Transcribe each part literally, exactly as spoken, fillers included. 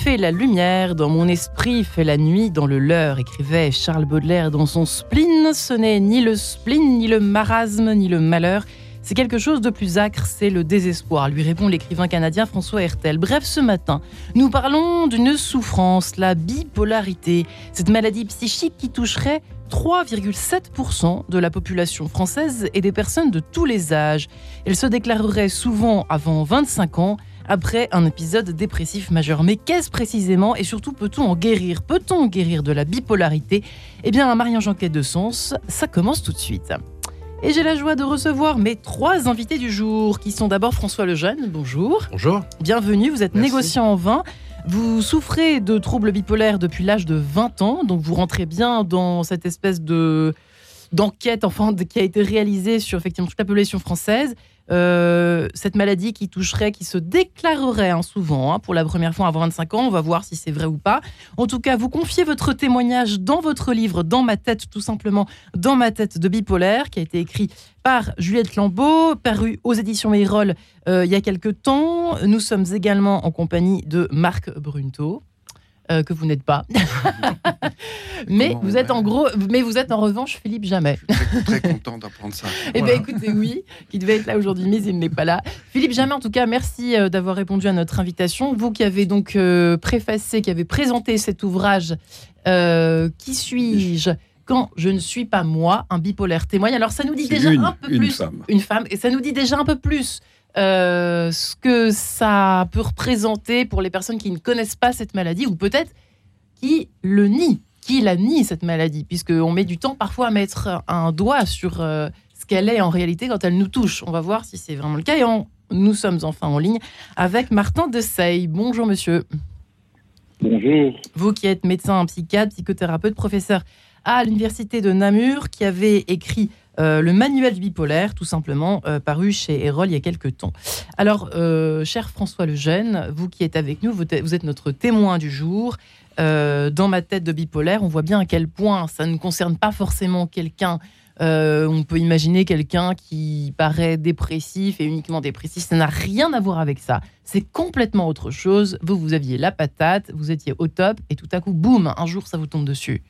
fait la lumière, dans mon esprit fait la nuit dans le leur, écrivait Charles Baudelaire dans son spleen. Ce n'est ni le spleen, ni le marasme, ni le malheur. C'est quelque chose de plus âcre, c'est le désespoir, lui répond l'écrivain canadien François Hertel. Bref, ce matin, nous parlons d'une souffrance, la bipolarité. Cette maladie psychique qui toucherait trois virgule sept pour cent de la population française et des personnes de tous les âges. Elle se déclarerait souvent avant vingt-cinq ans, après un épisode dépressif majeur. Mais qu'est-ce précisément et surtout peut-on en guérir ? Peut-on guérir de la bipolarité ? Eh bien, Marie-Ange Enquête de Sens, ça commence tout de suite. Et j'ai la joie de recevoir mes trois invités du jour, qui sont d'abord François Lejeune. Bonjour. Bonjour. Bienvenue, vous êtes Merci. Négociant en vin. Vous souffrez de troubles bipolaires depuis l'âge de vingt ans, donc vous rentrez bien dans cette espèce de, d'enquête enfin, de, qui a été réalisée sur effectivement toute la population française. Euh, cette maladie qui toucherait, qui se déclarerait hein, souvent hein, pour la première fois avant vingt-cinq ans, on va voir si c'est vrai ou pas. En tout cas, vous confiez votre témoignage dans votre livre, Dans ma tête, tout simplement, Dans ma tête de bipolaire, qui a été écrit par Juliette Lambeau, paru aux éditions Erol euh, il y a quelques temps. Nous sommes également en compagnie de Marc Brunto. Euh, que vous n'êtes pas. mais, Comment, vous êtes ouais. en gros, mais vous êtes en revanche Philippe Jamais. Je suis très content d'apprendre ça. Eh Voilà. bien, écoutez, oui, qui devait être là aujourd'hui, mais il n'est pas là. Philippe Jamais, en tout cas, merci euh, d'avoir répondu à notre invitation. Vous qui avez donc euh, préfacé, qui avez présenté cet ouvrage, euh, Qui suis-je quand je ne suis pas moi, un bipolaire témoigne. Alors, ça nous dit C'est déjà une, un peu une plus. femme. Une femme. Et ça nous dit déjà un peu plus euh, ce que ça peut représenter pour les personnes qui ne connaissent pas cette maladie, ou peut-être qui le nient, qui la nie, cette maladie, puisqu'on met du temps parfois à mettre un doigt sur euh, ce qu'elle est en réalité quand elle nous touche. On va voir si c'est vraiment le cas. Et on, nous sommes enfin en ligne avec Martin Desailles. Bonjour monsieur. Bonjour. Vous qui êtes médecin, psychiatre, psychothérapeute, professeur à l'université de Namur, qui avez écrit euh, le manuel du bipolaire, tout simplement, euh, paru chez Erol il y a quelques temps. Alors, euh, cher François Lejeune, vous qui êtes avec nous, vous êtes, vous êtes notre témoin du jour. Euh, dans ma tête de bipolaire, on voit bien à quel point ça ne concerne pas forcément quelqu'un. Euh, on peut imaginer quelqu'un qui paraît dépressif et uniquement dépressif. Ça n'a rien à voir avec ça. C'est complètement autre chose. Vous, vous aviez la patate, vous étiez au top et tout à coup, boum, un jour, ça vous tombe dessus.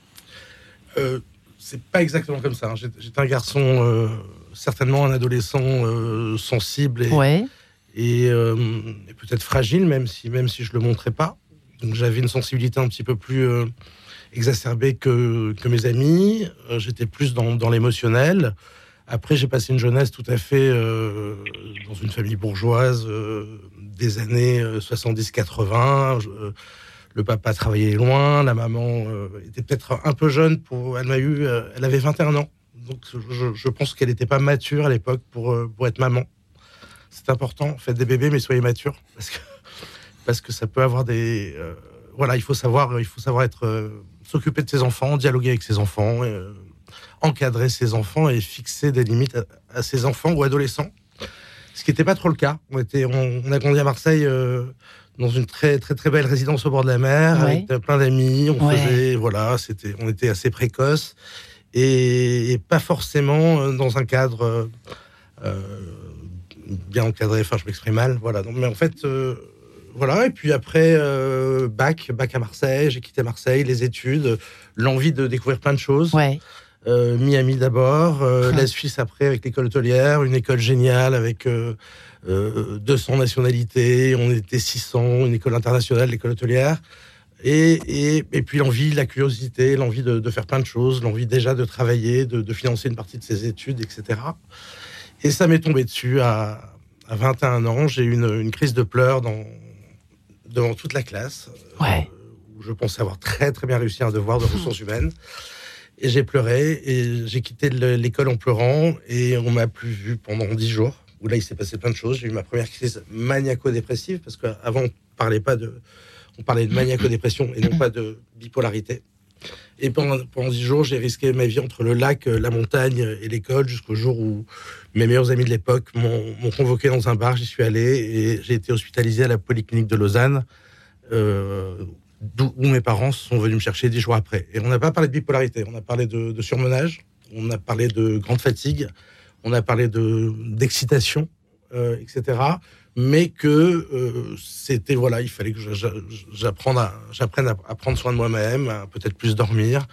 Euh, c'est pas exactement comme ça. hein. J'étais, j'étais un garçon, euh, certainement un adolescent euh, sensible et, Ouais. et, euh, et peut-être fragile, même si, même si je le montrais pas. Donc j'avais une sensibilité un petit peu plus euh, exacerbée que, que mes amis. Euh, j'étais plus dans, dans l'émotionnel. Après, j'ai passé une jeunesse tout à fait euh, dans une famille bourgeoise euh, des années euh, soixante-dix quatre-vingts. Je, euh, le papa travaillait loin, la maman euh, était peut-être un peu jeune. Pour, elle m'a eu, euh, elle avait vingt et un ans. Donc je, je pense qu'elle n'était pas mature à l'époque pour, euh, pour être maman. C'est important, faites des bébés, mais soyez matures. Parce que parce que ça peut avoir des... Euh, voilà, il faut savoir, il faut savoir être, euh, s'occuper de ses enfants, dialoguer avec ses enfants, euh, encadrer ses enfants et fixer des limites à, à ses enfants ou adolescents. Ce qui n'était pas trop le cas. On, était, on, on a grandi à Marseille euh, dans une très, très, très belle résidence au bord de la mer, Ouais. avec euh, plein d'amis. On Ouais. faisait... Voilà, c'était, on était assez précoce et, et pas forcément euh, dans un cadre... Euh, euh, bien encadré, enfin je m'exprime mal, voilà. Donc, mais en fait... Euh, Voilà, et puis après, euh, bac, bac à Marseille, j'ai quitté Marseille, les études, l'envie de découvrir plein de choses. Ouais. Euh, Miami d'abord, euh, Hum. la Suisse après avec l'école hôtelière, une école géniale avec euh, euh, deux cents nationalités, on était six cents, une école internationale, l'école hôtelière. Et, et, et puis l'envie, la curiosité, l'envie de, de faire plein de choses, l'envie déjà de travailler, de, de financer une partie de ses études, et cetera. Et ça m'est tombé dessus à, à vingt et un ans, j'ai eu une, une crise de pleurs dans... devant toute la classe, Ouais. euh, où je pensais avoir très très bien réussi un devoir de ressources humaines. Et j'ai pleuré, et j'ai quitté le- l'école en pleurant, et on m'a plus vu pendant dix jours, où là il s'est passé plein de choses. J'ai eu ma première crise maniaco-dépressive, parce qu'avant on parlait pas de... On parlait de maniaco-dépression et non pas de bipolarité. Et pendant, pendant dix jours, j'ai risqué ma vie entre le lac, la montagne et l'école, jusqu'au jour où mes meilleurs amis de l'époque m'ont, m'ont convoqué dans un bar. J'y suis allé et j'ai été hospitalisé à la Polyclinique de Lausanne, euh, d'où où mes parents sont venus me chercher dix jours après. Et on n'a pas parlé de bipolarité, on a parlé de, de surmenage, on a parlé de grande fatigue, on a parlé de, d'excitation, euh, et cetera. mais que euh, c'était, voilà, il fallait que je, j'apprenne, à, j'apprenne à, à prendre soin de moi-même, à peut-être plus dormir,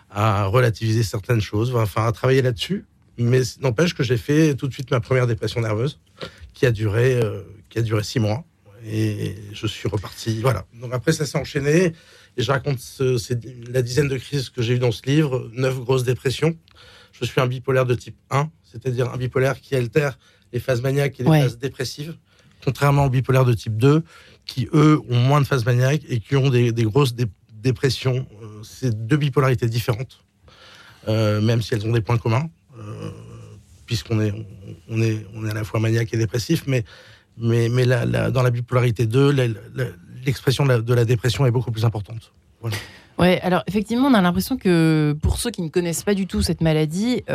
à relativiser certaines choses, enfin à travailler là-dessus. Mais n'empêche que j'ai fait tout de suite ma première dépression nerveuse, qui a duré, euh, qui a duré six mois. Et je suis reparti, voilà. Donc après, ça s'est enchaîné, et je raconte ce, c'est la dizaine de crises que j'ai eues dans ce livre, neuf grosses dépressions. Je suis un bipolaire de type un, c'est-à-dire un bipolaire qui altère les phases maniaques et les ouais. phases dépressives, contrairement aux bipolaires de type deux, qui, eux, ont moins de phases maniaques et qui ont des, des grosses dé- dépressions. Euh, c'est deux bipolarités différentes, euh, même si elles ont des points communs, euh, puisqu'on est, on est, on est à la fois maniaque et dépressif, mais Mais, mais la, la, dans la bipolarité deux, la, la, l'expression de la, de la dépression est beaucoup plus importante. Voilà. Ouais, alors effectivement, on a l'impression que pour ceux qui ne connaissent pas du tout cette maladie,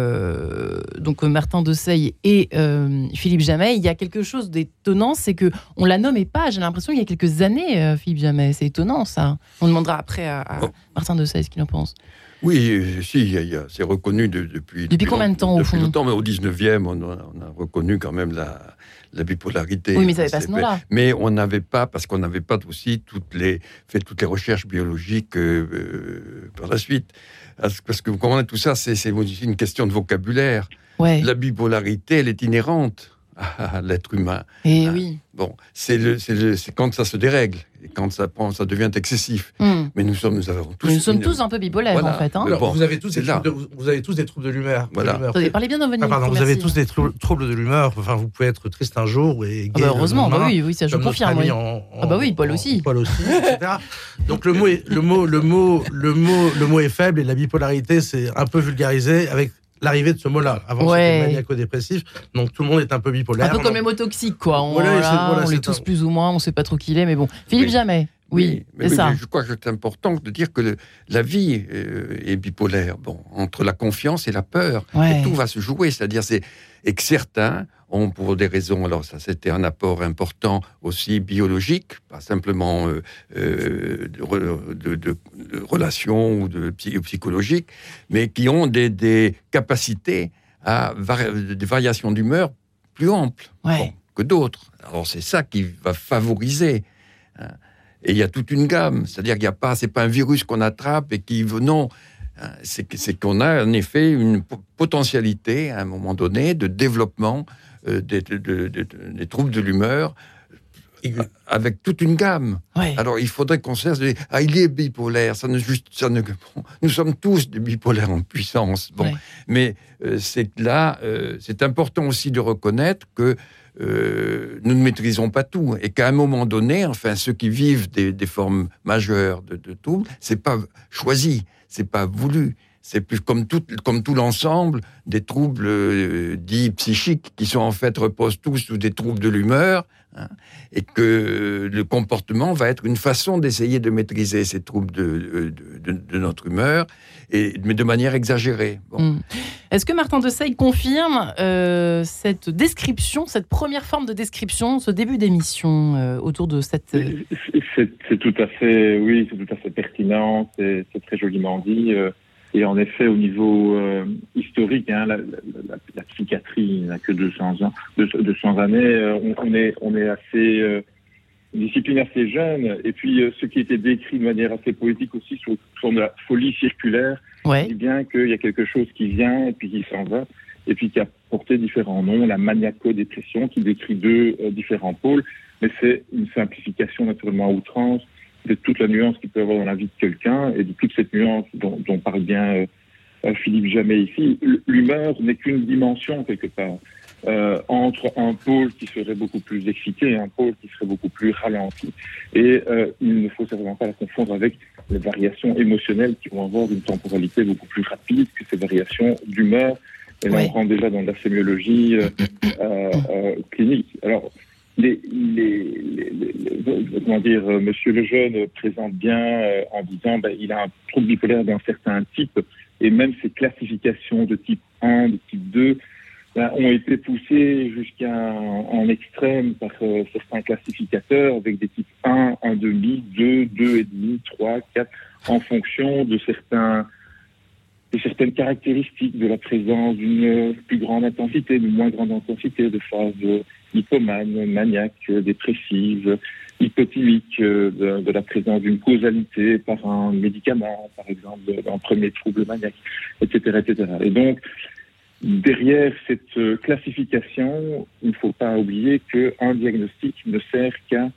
euh, donc Martin Desailles et euh, Philippe Jammet, il y a quelque chose d'étonnant, c'est que on la nommait pas. J'ai l'impression il y a quelques années, euh, Philippe Jammet, c'est étonnant ça. On demandera après à, à oh. Martin Desailles ce qu'il en pense. Oui, si, y a, y a, c'est reconnu de, depuis... Depuis, depuis combien de temps, au depuis fond longtemps, mais au dix-neuvième, on a, on a reconnu quand même la, la bipolarité. Oui, mais ça n'avait pas ce nom-là. Mais on n'avait pas, parce qu'on n'avait pas aussi toutes les, fait toutes les recherches biologiques euh, par la suite. Parce que, comment on a tout ça, c'est, c'est une question de vocabulaire. Ouais. La bipolarité, elle est inhérente à l'être humain. Et hein. oui. Bon, c'est, le, c'est, le, c'est quand ça se dérègle, et quand ça, prend, ça devient excessif. Mm. Mais nous sommes, nous avons tous... Mais nous sommes une... tous un peu bipolaires, voilà. en fait. Hein. Alors, bon, vous, avez tous des de, vous avez tous des troubles de l'humeur. Voilà. De l'humeur. Attendez, parlez bien dans votre ah, pardon, micro, vous avez merci. tous des trou- troubles de l'humeur. Enfin, vous pouvez être triste un jour et gai ah bah heureusement, le lendemain, bah oui, oui, ça je confirme. Oui. En, en, ah bah oui, Paul aussi. En, Paul aussi, et cetera. Donc le mot, est, le mot, le mot, le mot, le mot est faible et la bipolarité, c'est un peu vulgarisé avec l'arrivée de ce mot-là. Avant, ouais. c'était maniaco-dépressif, donc tout le monde est un peu bipolaire. Un peu comme les mots toxiques, quoi. On, voilà, voilà, voilà, on est tous un... plus ou moins, on sait pas trop qui il est, mais bon. Philippe oui. Jammet, oui, oui c'est oui, ça. Je crois que c'est important de dire que le, la vie euh, est bipolaire. Bon, entre la confiance et la peur, ouais. et tout va se jouer. C'est-à-dire, c'est et que certains ont, pour des raisons, alors ça c'était un apport important aussi biologique, pas simplement euh, euh, de, de, de, de relations ou de psychologiques, mais qui ont des, des capacités à vari- des variations d'humeur plus amples ouais. bon, que d'autres. Alors c'est ça qui va favoriser. Hein. Et il y a toute une gamme, c'est-à-dire qu'il y a pas, c'est pas un virus qu'on attrape et qui non. C'est, c'est qu'on a en effet une potentialité à un moment donné de développement euh, des, de, de, de, des troubles de l'humeur euh, avec toute une gamme. Ouais. Alors il faudrait qu'on cesse de dire ah il est bipolaire, ça ne juste ça ne bon, nous sommes tous des bipolaires en puissance. Bon, ouais. mais euh, c'est là euh, c'est important aussi de reconnaître que Euh, nous ne maîtrisons pas tout et qu'à un moment donné, enfin, ceux qui vivent des, des formes majeures de, de troubles, c'est pas choisi, c'est pas voulu, c'est plus comme tout, comme tout l'ensemble des troubles euh, dits psychiques qui sont en fait reposent tous sous des troubles de l'humeur, hein, et que le comportement va être une façon d'essayer de maîtriser ces troubles de, de, de, de notre humeur, et, mais de manière exagérée. Bon. Mmh. Est-ce que Martin Desailles confirme euh, cette description, cette première forme de description, ce début d'émission euh, autour de cette... Euh... C'est, c'est tout à fait, oui, c'est tout à fait pertinent, c'est, c'est très joliment dit. Euh, et en effet, au niveau euh, historique, hein, la, la, la, la psychiatrie n'a que deux cents ans, deux cents années. Euh, on, on est, on est assez euh, une discipline assez jeune. Et puis, euh, ce qui était décrit de manière assez poétique aussi sous forme de la folie circulaire. Ouais. dit bien qu'il y a quelque chose qui vient et puis qui s'en va, et puis qui a porté différents noms, la maniaco-dépression, qui décrit deux euh, différents pôles, mais c'est une simplification naturellement à outrance de toute la nuance qu'il peut y avoir dans la vie de quelqu'un, et de toute cette nuance dont, dont parle bien euh, Philippe Jammet ici. L'humeur n'est qu'une dimension, quelque part, euh, entre un pôle qui serait beaucoup plus excité et un pôle qui serait beaucoup plus ralenti. Et euh, il ne faut certainement pas la confondre avec les variations émotionnelles qui vont avoir une temporalité beaucoup plus rapide que ces variations d'humeur. Et là, ouais. on rentre déjà dans la sémiologie euh, euh, euh, clinique. Alors, les, les, les, les, les, comment dire, euh, Monsieur Lejeune présente bien euh, en disant ben, il a un trouble bipolaire d'un certain type, et même ces classifications de type un, de type deux, ben, ont été poussées jusqu'à un, un extrême par euh, certains classificateurs avec des types un, un virgule cinq, deux, deux virgule cinq, trois, quatre, en fonction de certains de certaines caractéristiques de la présence d'une plus grande intensité, d'une moins grande intensité, de phases hypomanes, maniaques, dépressives, hypothymiques, de, de la présence d'une causalité par un médicament, par exemple, d'un premier trouble maniaque, et cetera, et cetera. Et donc, derrière cette classification, il ne faut pas oublier qu'un diagnostic ne sert qu'à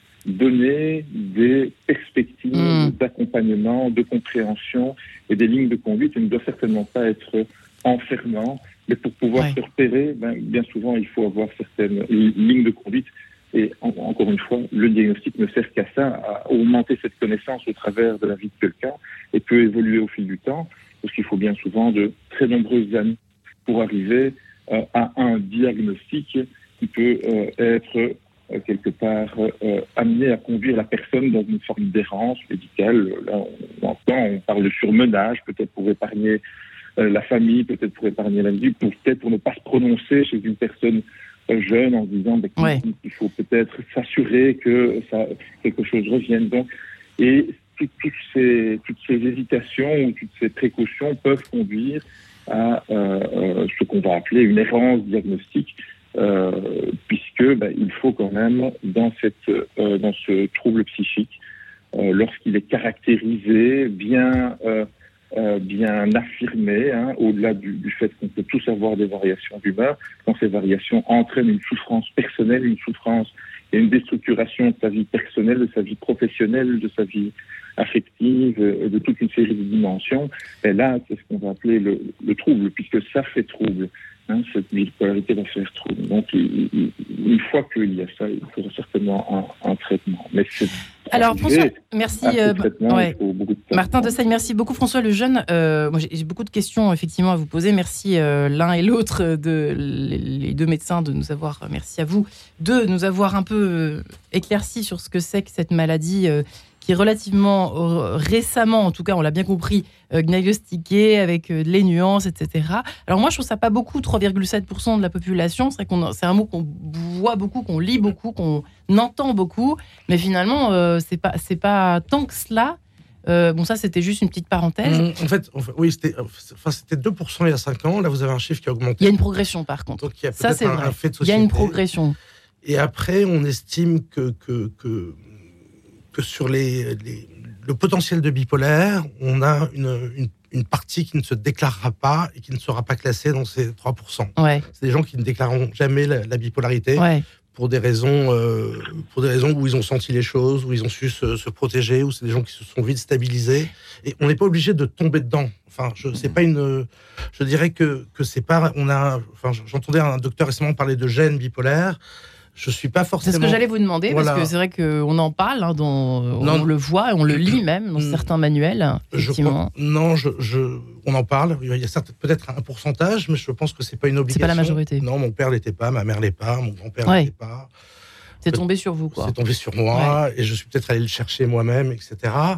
donner des perspectives mmh. d'accompagnement, de compréhension et des lignes de conduite. Il ne doit certainement pas être enfermant, mais pour pouvoir ouais. se repérer, ben, bien souvent, il faut avoir certaines lignes de conduite. Et en, encore une fois, le diagnostic ne sert qu'à ça, à augmenter cette connaissance au travers de la vie de quelqu'un et peut évoluer au fil du temps, parce qu'il faut bien souvent de très nombreuses années pour arriver euh, à un diagnostic qui peut euh, être quelque part euh, amené à conduire la personne dans une forme d'errance médicale. Là, on entend, on parle de surmenage, peut-être pour épargner euh, la famille, peut-être pour épargner l'individu, peut-être pour ne pas se prononcer chez une personne euh, jeune en disant bah, qu'il, ouais. qu'il faut peut-être s'assurer que ça, quelque chose revienne. Donc, et tout, toutes, ces, toutes ces hésitations ou toutes ces précautions peuvent conduire à euh, euh, ce qu'on va appeler une errance diagnostique. Euh, puisque ben, il faut quand même dans cette euh, dans ce trouble psychique, euh, lorsqu'il est caractérisé, bien euh, euh, bien affirmé, hein, au-delà du, du fait qu'on peut tous avoir des variations d'humeur, quand ces variations entraînent une souffrance personnelle, une souffrance et une déstructuration de sa vie personnelle, de sa vie professionnelle, de sa vie affective, de toute une série de dimensions, et là c'est ce qu'on va appeler le, le trouble, puisque ça fait trouble. Hein, cette bipolarité va faire trouble. Donc, il, il, une fois qu'il y a ça, il faudra certainement un, un traitement. Mais c'est Alors, François, merci. Euh, ouais. de Martin Dessaigne, merci beaucoup. François Lejeune, euh, moi, j'ai, j'ai beaucoup de questions effectivement à vous poser. Merci euh, l'un et l'autre, de, les, les deux médecins, de nous avoir, merci à vous, de nous avoir un peu euh, éclairci sur ce que c'est que cette maladie euh, qui est relativement euh, récemment, en tout cas, on l'a bien compris, euh, diagnostiquée avec euh, les nuances, et cetera. Alors moi, je trouve ça pas beaucoup, trois virgule sept pour cent de la population. C'est, qu'on, c'est un mot qu'on voit beaucoup, qu'on lit beaucoup, qu'on entend beaucoup, mais finalement, euh, c'est pas, c'est pas tant que cela. Euh, bon, ça, c'était juste une petite parenthèse. Mmh, en, fait, en fait, oui, c'était, enfin, c'était deux pour cent il y a cinq ans. Là, vous avez un chiffre qui a augmenté. Il y a une progression, par contre. Donc, il y a ça, c'est un, vrai. un fait de société. société. Il y a une progression. Et après, on estime que, que, que, que sur les, les, le potentiel de bipolaire, on a une, une, une partie qui ne se déclarera pas et qui ne sera pas classée dans ces trois pour cent. Ouais. C'est des gens qui ne déclareront jamais la, la bipolarité. Ouais. Pour des raisons, euh, pour des raisons où ils ont senti les choses, où ils ont su se, se protéger, où c'est des gens qui se sont vite stabilisés. Et on n'est pas obligé de tomber dedans. Enfin, je, c'est pas une, je dirais que que c'est pas, on a, enfin, j'entendais un docteur récemment parler de gènes bipolaires. Je suis pas forcément. C'est ce que j'allais vous demander, voilà. Parce que c'est vrai qu'on en parle, hein, dans, on non, le voit et on le lit même dans certains manuels. Effectivement. Je, non, je, je, on en parle. Il y a certes, peut-être un pourcentage, mais je pense que c'est pas une obligation. C'est pas la majorité. Non, mon père l'était pas, ma mère l'est pas, mon grand-père ouais. l'était pas. C'est tombé sur vous, quoi. C'est tombé sur moi, ouais. Et je suis peut-être allé le chercher moi-même, et cetera.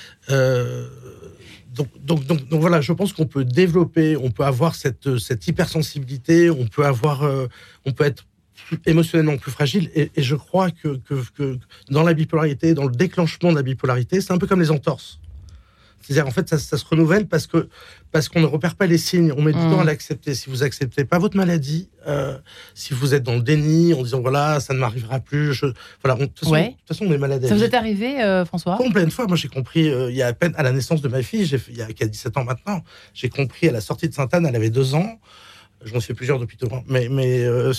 Euh, donc, donc, donc, donc voilà, je pense qu'on peut développer, on peut avoir cette, cette hypersensibilité, on peut avoir, euh, on peut être émotionnellement plus fragile, et, et je crois que, que, que dans la bipolarité, dans le déclenchement de la bipolarité, c'est un peu comme les entorses. C'est-à-dire, en fait, ça, ça se renouvelle parce, que, parce qu'on ne repère pas les signes, on met du mmh. temps à l'accepter. Si vous acceptez pas votre maladie, euh, si vous êtes dans le déni, en disant, voilà, ça ne m'arrivera plus, je... voilà, de toute façon, ouais. façon, on est malade. Ça vous est arrivé, euh, François ? Combien de fois, moi j'ai compris, euh, il y a à peine, à la naissance de ma fille, j'ai fait, il y a, qui a dix-sept ans maintenant, j'ai compris à la sortie de Sainte-Anne, elle avait deux ans, j'en ai fait plusieurs d'hôpitaux, mais, mais euh,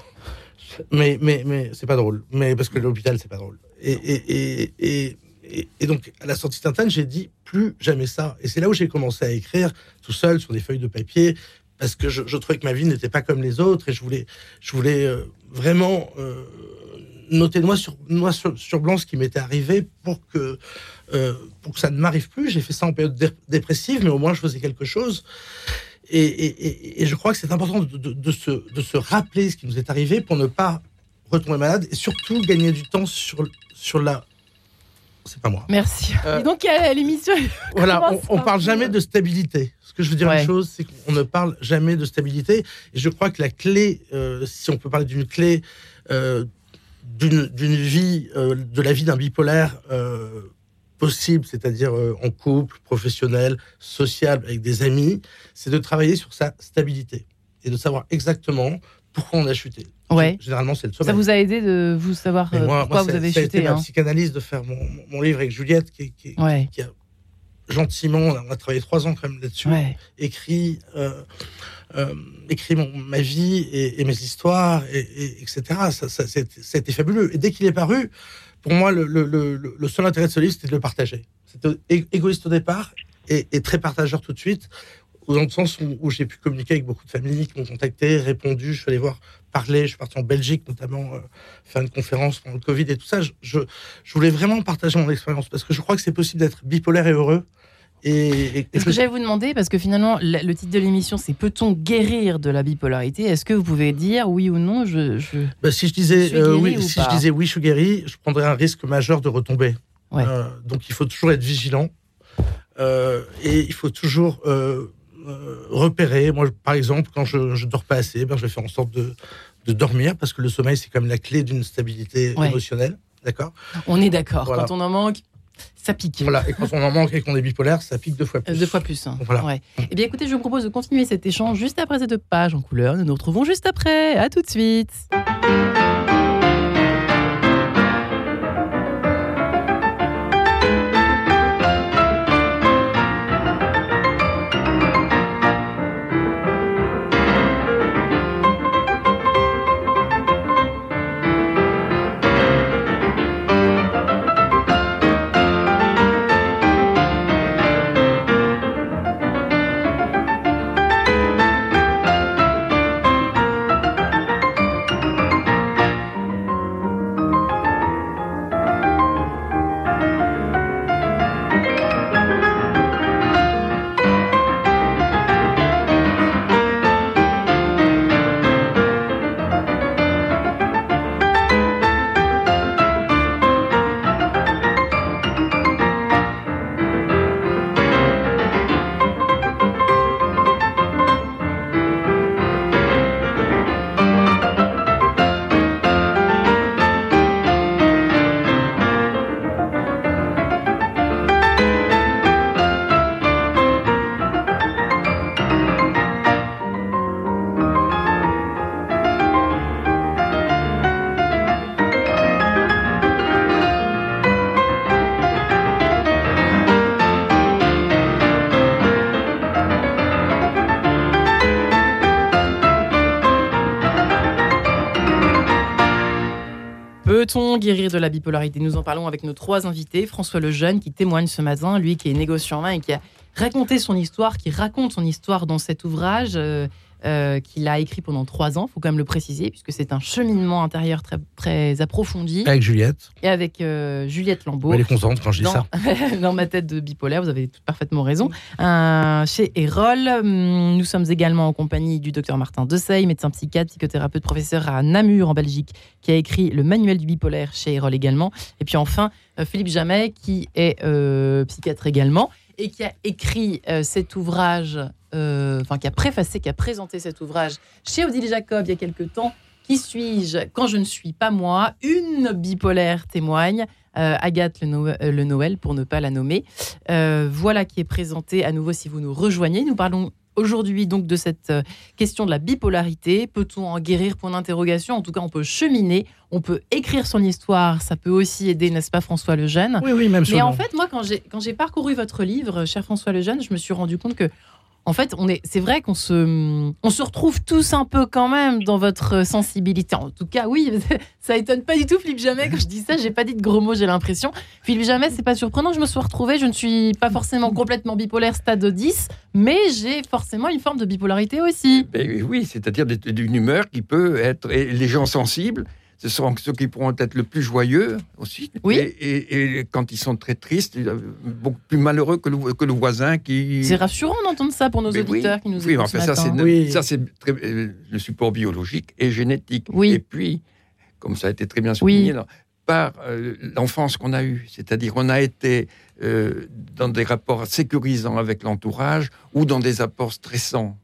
Mais, mais, mais c'est pas drôle. Mais parce que l'hôpital, c'est pas drôle. Et, et, et, et, et, et donc, à la sortie de Sainte-Anne, j'ai dit plus jamais ça. Et c'est là où j'ai commencé à écrire tout seul sur des feuilles de papier, parce que je, je trouvais que ma vie n'était pas comme les autres, et je voulais, je voulais euh, vraiment euh, noter noir sur, noir sur, sur blanc ce qui m'était arrivé pour que, euh, pour que ça ne m'arrive plus. J'ai fait ça en période dé- dépressive, mais au moins je faisais quelque chose. Et, et, et, et je crois que c'est important de, de, de, se, de se rappeler ce qui nous est arrivé pour ne pas retomber malade et surtout gagner du temps sur, sur la... C'est pas moi. Merci. Euh, et donc, à l'émission... Voilà, on, on parle jamais de stabilité. Ce que je veux dire, ouais. une chose, c'est qu'on ne parle jamais de stabilité. Et je crois que la clé, euh, si on peut parler d'une clé euh, d'une, d'une vie, euh, de la vie d'un bipolaire... Euh, possible, c'est-à-dire euh, en couple, professionnel, social, avec des amis, c'est de travailler sur sa stabilité et de savoir exactement pourquoi on a chuté. Ouais. Généralement, c'est le sommeil. Ça vous a aidé de vous savoir euh, moi, pourquoi moi, vous avez ça chuté. Ça a été hein. ma psychanalyse de faire mon, mon livre avec Juliette, qui, qui, ouais. qui a gentiment, on a travaillé trois ans quand même là-dessus, ouais. écrit, euh, euh, écrit mon, ma vie et, et mes histoires, et, et, etc. Ça, ça, ça a été fabuleux. Et dès qu'il est paru, pour moi, le, le, le, le seul intérêt de ce livre, c'était de le partager. C'était égoïste au départ et, et très partageur tout de suite, dans le sens où, où j'ai pu communiquer avec beaucoup de familles qui m'ont contacté, répondu, je suis allé voir, parler, je suis parti en Belgique notamment, euh, faire une conférence pendant le Covid et tout ça. Je, je, je voulais vraiment partager mon expérience parce que je crois que c'est possible d'être bipolaire et heureux. Et, et, Est-ce que j'allais vous demander, parce que finalement, le, le titre de l'émission, c'est « Peut-on guérir de la bipolarité ?» Est-ce que vous pouvez dire oui ou non je, je... Bah, si je disais euh, oui, si je disais oui, je suis guéri, je prendrais un risque majeur de retomber. Ouais. Euh, donc il faut toujours être vigilant euh, et il faut toujours euh, euh, repérer. Moi, par exemple, quand je ne dors pas assez, ben, je vais faire en sorte de, de dormir parce que le sommeil, c'est quand même la clé d'une stabilité ouais. émotionnelle. D'accord ? On est d'accord. Voilà. Quand on en manque, ça pique. Voilà. Et quand on en manque et qu'on est bipolaire, ça pique deux fois plus. Deux fois plus. Hein. Voilà. Ouais. Eh bien, écoutez, je vous propose de continuer cet échange juste après cette page en couleur. Nous nous retrouvons juste après. À tout de suite. Peut-on guérir de la bipolarité ? Nous en parlons avec nos trois invités. François Lejeune qui témoigne ce matin, lui qui est négociant en main et qui a raconté son histoire, qui raconte son histoire dans cet ouvrage euh, euh, qu'il a écrit pendant trois ans, il faut quand même le préciser, puisque c'est un cheminement intérieur très, très approfondi. Avec Juliette. Et avec euh, Juliette Lambeau. Elle est contente quand je dis dans, ça. Dans ma tête de bipolaire, vous avez tout parfaitement raison. Euh, chez Erol, nous sommes également en compagnie du docteur Martin Desailly, médecin psychiatre, psychothérapeute, professeur à Namur en Belgique, qui a écrit le manuel du bipolaire chez Erol également. Et puis enfin, euh, Philippe Jamet, qui est euh, psychiatre également, et qui a écrit euh, cet ouvrage, euh, enfin qui a préfacé, qui a présenté cet ouvrage chez Odile Jacob il y a quelques temps. Qui suis-je quand je ne suis pas moi ? Une bipolaire témoigne, euh, Agathe Le, no- Le Noël pour ne pas la nommer. Euh, voilà qui est présenté à nouveau si vous nous rejoignez. Nous parlons aujourd'hui donc de cette question de la bipolarité. Peut-on en guérir ? Point d'interrogation. En tout cas, on peut cheminer, on peut écrire son histoire. Ça peut aussi aider, n'est-ce pas, François Lejeune ? Oui, oui, même Mais souvent. en fait, moi, quand j'ai, quand j'ai parcouru votre livre, cher François Lejeune, je me suis rendu compte que en fait, on est, c'est vrai qu'on se, on se retrouve tous un peu quand même dans votre sensibilité. En tout cas, oui, ça étonne pas du tout Philippe Jamet quand je dis ça. J'ai pas dit de gros mots, j'ai l'impression. Philippe Jamet, c'est pas surprenant. Je me suis retrouvée. Je ne suis pas forcément complètement bipolaire stade dix, mais j'ai forcément une forme de bipolarité aussi. Ben oui, c'est-à-dire d'une humeur qui peut être. Et les gens sensibles, ce sont ceux qui pourront être le plus joyeux aussi. Oui. Et, et, et quand ils sont très tristes, beaucoup plus malheureux que le, que le voisin qui. C'est rassurant d'entendre ça pour nos Mais auditeurs oui, qui nous oui, écoutent enfin, ce ça, matin. c'est, Oui. ça, c'est très, euh, le support biologique et génétique. Oui. Et puis, comme ça a été très bien souligné, Oui. là, par euh, l'enfance qu'on a eue. C'est-à-dire on a été euh, dans des rapports sécurisants avec l'entourage ou dans des rapports stressants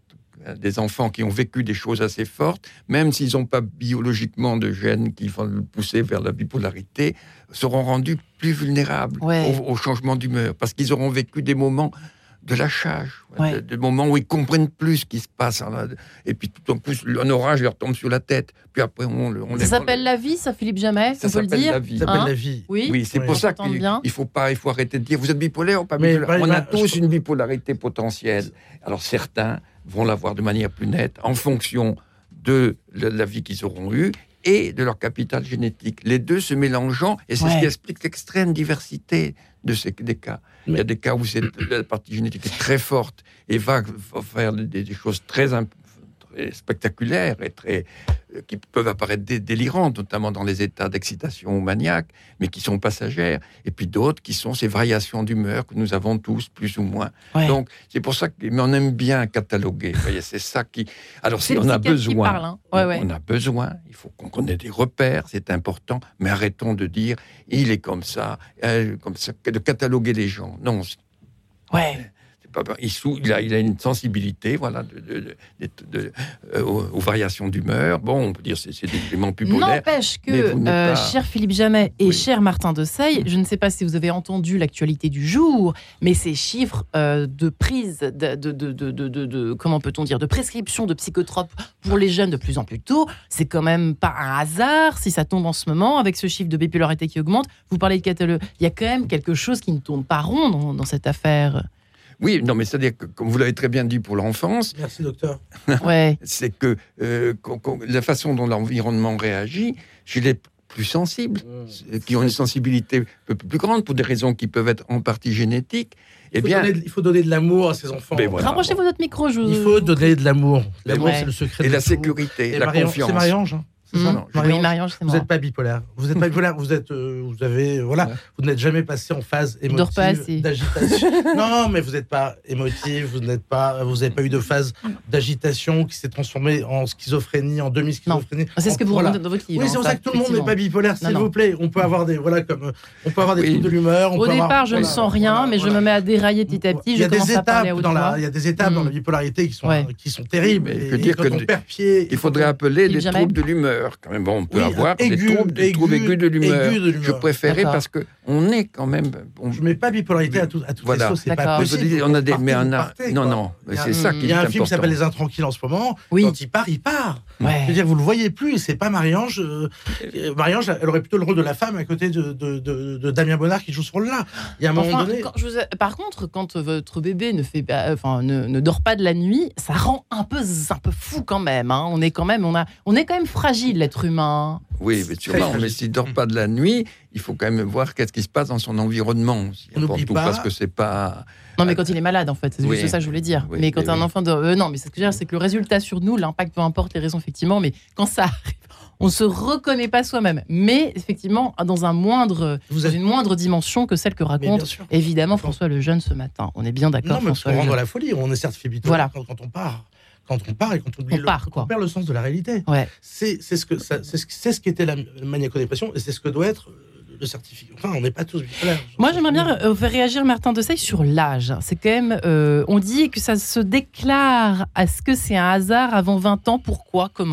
des enfants qui ont vécu des choses assez fortes, même s'ils n'ont pas biologiquement de gènes qui vont le pousser vers la bipolarité, seront rendus plus vulnérables ouais. au, au changement d'humeur, parce qu'ils auront vécu des moments de lâchage, ouais. de, des moments où ils comprennent plus ce qui se passe, et puis tout en plus un orage leur tombe sur la tête, puis après on, on ça les, s'appelle on, la vie, ça, Philippe Jamais, ça on peut le s'appelle dire. la vie. Ça s'appelle Hein la vie. Oui, oui, c'est oui. pour ça On qu'il bien. il faut pas, il faut arrêter de dire vous êtes bipolaire ou pas Mais, bipolaire. bah, On bah, a tous je... une bipolarité potentielle. Alors certains vont l'avoir de manière plus nette en fonction de la, la vie qu'ils auront eue et de leur capital génétique. Les deux se mélangeant, et c'est ouais. ce qui explique l'extrême diversité de ces des cas. Mais... Il y a des cas où c'est, la partie génétique est très forte et va, va faire des, des choses très, imp... très spectaculaires et très, euh, qui peuvent apparaître dé- délirantes, notamment dans les états d'excitation maniaque, mais qui sont passagères. Et puis d'autres qui sont ces variations d'humeur que nous avons tous, plus ou moins. Ouais. Donc, c'est pour ça qu'on aime bien cataloguer. Vous voyez, c'est ça qui... Alors, c'est si on a besoin, parle, hein. ouais, ouais. on a besoin, il faut qu'on ait des repères, c'est important, mais arrêtons de dire, il est comme ça, elle, comme ça, de cataloguer les gens. Non, c'est, ouais. c'est pas, il, sou, il, a, il a une sensibilité, voilà, de, de, de, de, de, euh, aux, aux variations d'humeur. Bon, on peut dire c'est, c'est des éléments plus polaires. N'empêche que, euh, pas... cher Philippe Jamais et oui. cher Martin Desailles, je ne sais pas si vous avez entendu l'actualité du jour, mais ces chiffres euh, de prise, de, de, de, de, de, de, de comment peut-on dire, de prescription de psychotropes pour les jeunes de plus en plus tôt, c'est quand même pas un hasard si ça tombe en ce moment avec ce chiffre de bipolarité qui augmente. Vous parlez de catalogue, il y a quand même quelque chose qui ne tourne pas rond dans, dans cette affaire. Oui, non, mais c'est-à-dire que, comme vous l'avez très bien dit pour l'enfance, merci docteur. Ouais. c'est que euh, qu'on, qu'on, la façon dont l'environnement réagit, chez les plus sensibles, mmh. qui ont une sensibilité un peu plus grande pour des raisons qui peuvent être en partie génétiques, eh il, faut bien, donner, il faut donner de l'amour à ses enfants. Voilà, rapprochez-vous bon. de votre micro. Je... Il faut donner de l'amour. L'amour, ouais. c'est le secret et de la tout. sécurité, et la Marianne, confiance. C'est Marie-Ange, hein. C'est Mmh. ça, non, oui, Marie-Ange, c'est vous moi. n'êtes pas bipolaire. Vous n'êtes pas bipolaire. Vous êtes, euh, vous avez, voilà, ouais. vous n'êtes jamais passé en phase émotive, d'agitation. Non, mais vous n'êtes pas émotif. Vous n'êtes pas, vous n'avez pas eu de phase d'agitation qui s'est transformée en schizophrénie, en demi-schizophrénie. Non. C'est ce que vous voilà. remontez dans votre livre. Oui, c'est pour ça que tout le monde n'est pas bipolaire, s'il vous plaît. On peut avoir des, voilà, comme, on peut avoir des oui. troubles de l'humeur. On Au peut départ, avoir, je voilà, ne sens rien, voilà, mais voilà. je me mets à dérailler petit à petit. Il y a je commence des à parler à étapes dans la, il y a des étapes dans la bipolarité qui sont, qui sont terribles. Je veux dire que il faudrait appeler les troubles de l'humeur. Quand même, bon, on peut avoir des troubles des troubles aigus de l'humeur. Aigu de l'humeur. Je préférais parce que on est quand même. On... Je mets pas bipolarité à, tout, à toutes voilà. les sauces, c'est D'accord. pas possible. On a des, mais on a, partez, non, non, mais c'est ça qui est important. Il y a un film qui s'appelle Les Intranquilles en ce moment. Oui. Quand il part, il part. Ouais. Je veux dire, vous le voyez plus. C'est pas Marie-Ange. Euh, Marie-Ange, elle aurait plutôt le rôle de la femme à côté de, de, de, de Damien Bonnard qui joue ce rôle-là. Il y a un moment enfin, donné. Quand je vous ai... Par contre, quand votre bébé ne fait, pas, enfin, ne, ne dort pas de la nuit, ça rend un peu, un peu fou quand même. Hein. On est quand même, on a, on est quand même fragile, l'être humain. Oui, mais sûrement. Mais s'il dort pas de la nuit, il faut quand même voir qu'est-ce qui se passe dans son environnement. On n'oublie pas. Parce que c'est pas. Non, mais quand il est malade, en fait, c'est oui. juste ça que je voulais dire. Oui, mais quand un oui. enfant dort, euh, non, mais c'est ce que je veux dire, c'est que le résultat sur nous, l'impact, peu importe les raisons, effectivement, mais quand ça arrive, on se reconnaît pas soi-même. Mais effectivement, dans un moindre, Vous dans êtes... une moindre dimension que celle que raconte évidemment François Lejeune ce matin. On est bien d'accord. Non, mais François pour rendre la folie, on est certifié bipolaire voilà. quand, quand on part. Quand on part et quand on, on, le, part, quand on perd le sens de la réalité. Ouais. C'est, c'est, ce que, ça, c'est, ce, c'est ce qu'était la maniaco-dépression et c'est ce que doit être le certificat. Enfin, on n'est pas tous bipolaires. Moi, j'aimerais bien euh, faire réagir Martin Desailles sur l'âge. C'est quand même... Euh, on dit que ça se déclare. Est-ce que c'est un hasard avant vingt ans ? Pourquoi ? Comment ?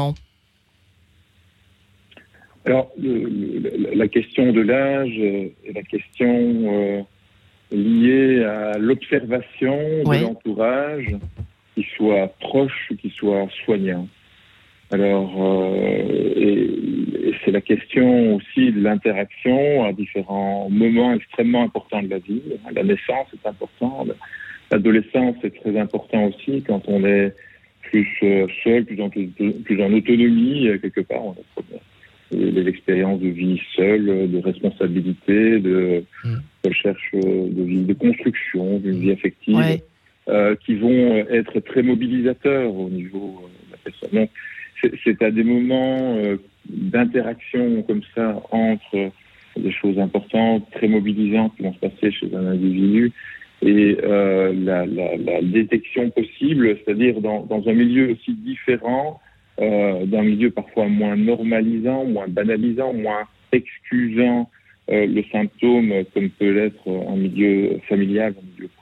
Alors, le, le, la question de l'âge est la question euh, liée à l'observation ouais. de l'entourage, qu'il soit proche ou qu'il soit soignant. Alors, euh, et, et c'est la question aussi de l'interaction à différents moments extrêmement importants de la vie. La naissance est importante, l'adolescence est très important aussi quand on est plus seul, plus en, plus en autonomie, quelque part. On a des expériences de vie seule, de responsabilité, de mmh. recherche de vie, de construction, d'une vie affective. Ouais. Euh, qui vont être très mobilisateurs au niveau de la personne. Donc, c'est, c'est à des moments euh, d'interaction comme ça entre des choses importantes, très mobilisantes qui vont se passer chez un individu et euh, la, la, la détection possible, c'est-à-dire dans, dans un milieu aussi différent, euh, d'un milieu parfois moins normalisant, moins banalisant, moins excusant euh, le symptôme comme peut l'être un milieu familial, un milieu proche.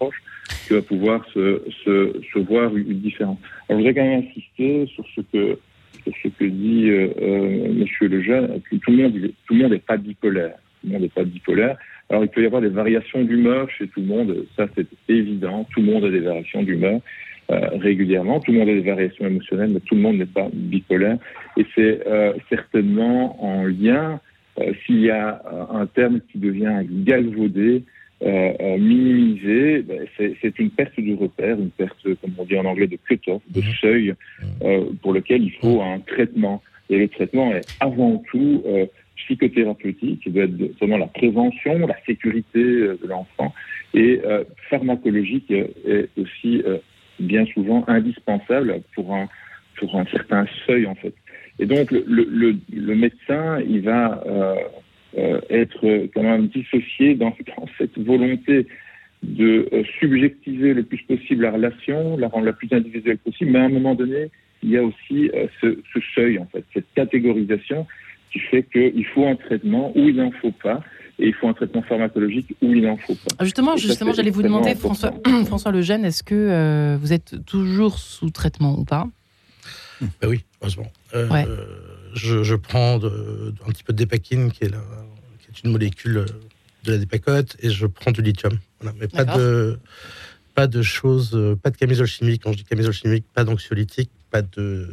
qui va pouvoir se, se, se voir une différence. Alors, je voudrais quand même insister sur ce que, sur ce que dit euh, euh, Monsieur Lejeune, que tout le monde, tout le monde n'est pas bipolaire. Tout le monde n'est pas bipolaire. Alors, il peut y avoir des variations d'humeur chez tout le monde, ça c'est évident. Tout le monde a des variations d'humeur euh, régulièrement. Tout le monde a des variations émotionnelles, mais tout le monde n'est pas bipolaire. Et c'est euh, certainement en lien, euh, s'il y a un terme qui devient galvaudé, euh, euh, minimisé, ben, c'est, c'est une perte de repère, une perte, comme on dit en anglais, de cut-off, de seuil, euh, pour lequel il faut un traitement. Et le traitement est avant tout euh, psychothérapeutique, qui doit être seulement la prévention, la sécurité euh, de l'enfant, et euh, pharmacologique est aussi euh, bien souvent indispensable pour un, pour un certain seuil, en fait. Et donc, le, le, le médecin, il va euh, euh, être quand même dissocié dans, dans cette volonté de euh, subjectiver le plus possible la relation, la rendre la plus individuelle possible, mais à un moment donné, il y a aussi euh, ce, ce seuil, en fait, cette catégorisation qui fait qu'il faut un traitement où il n'en faut pas, et il faut un traitement pharmacologique où il n'en faut pas. Justement, et justement ça, j'allais vous demander, François, François Lejeune, est-ce que euh, vous êtes toujours sous traitement ou pas ? Ben oui, heureusement. Euh, ouais. euh, je, je prends de, un petit peu de dépakine, qui est, la, qui est une molécule de la dépakine, et je prends du lithium. Voilà, mais pas de, pas de choses, pas de camisole chimique. Quand je dis camisole chimique, pas d'anxiolytique, pas de,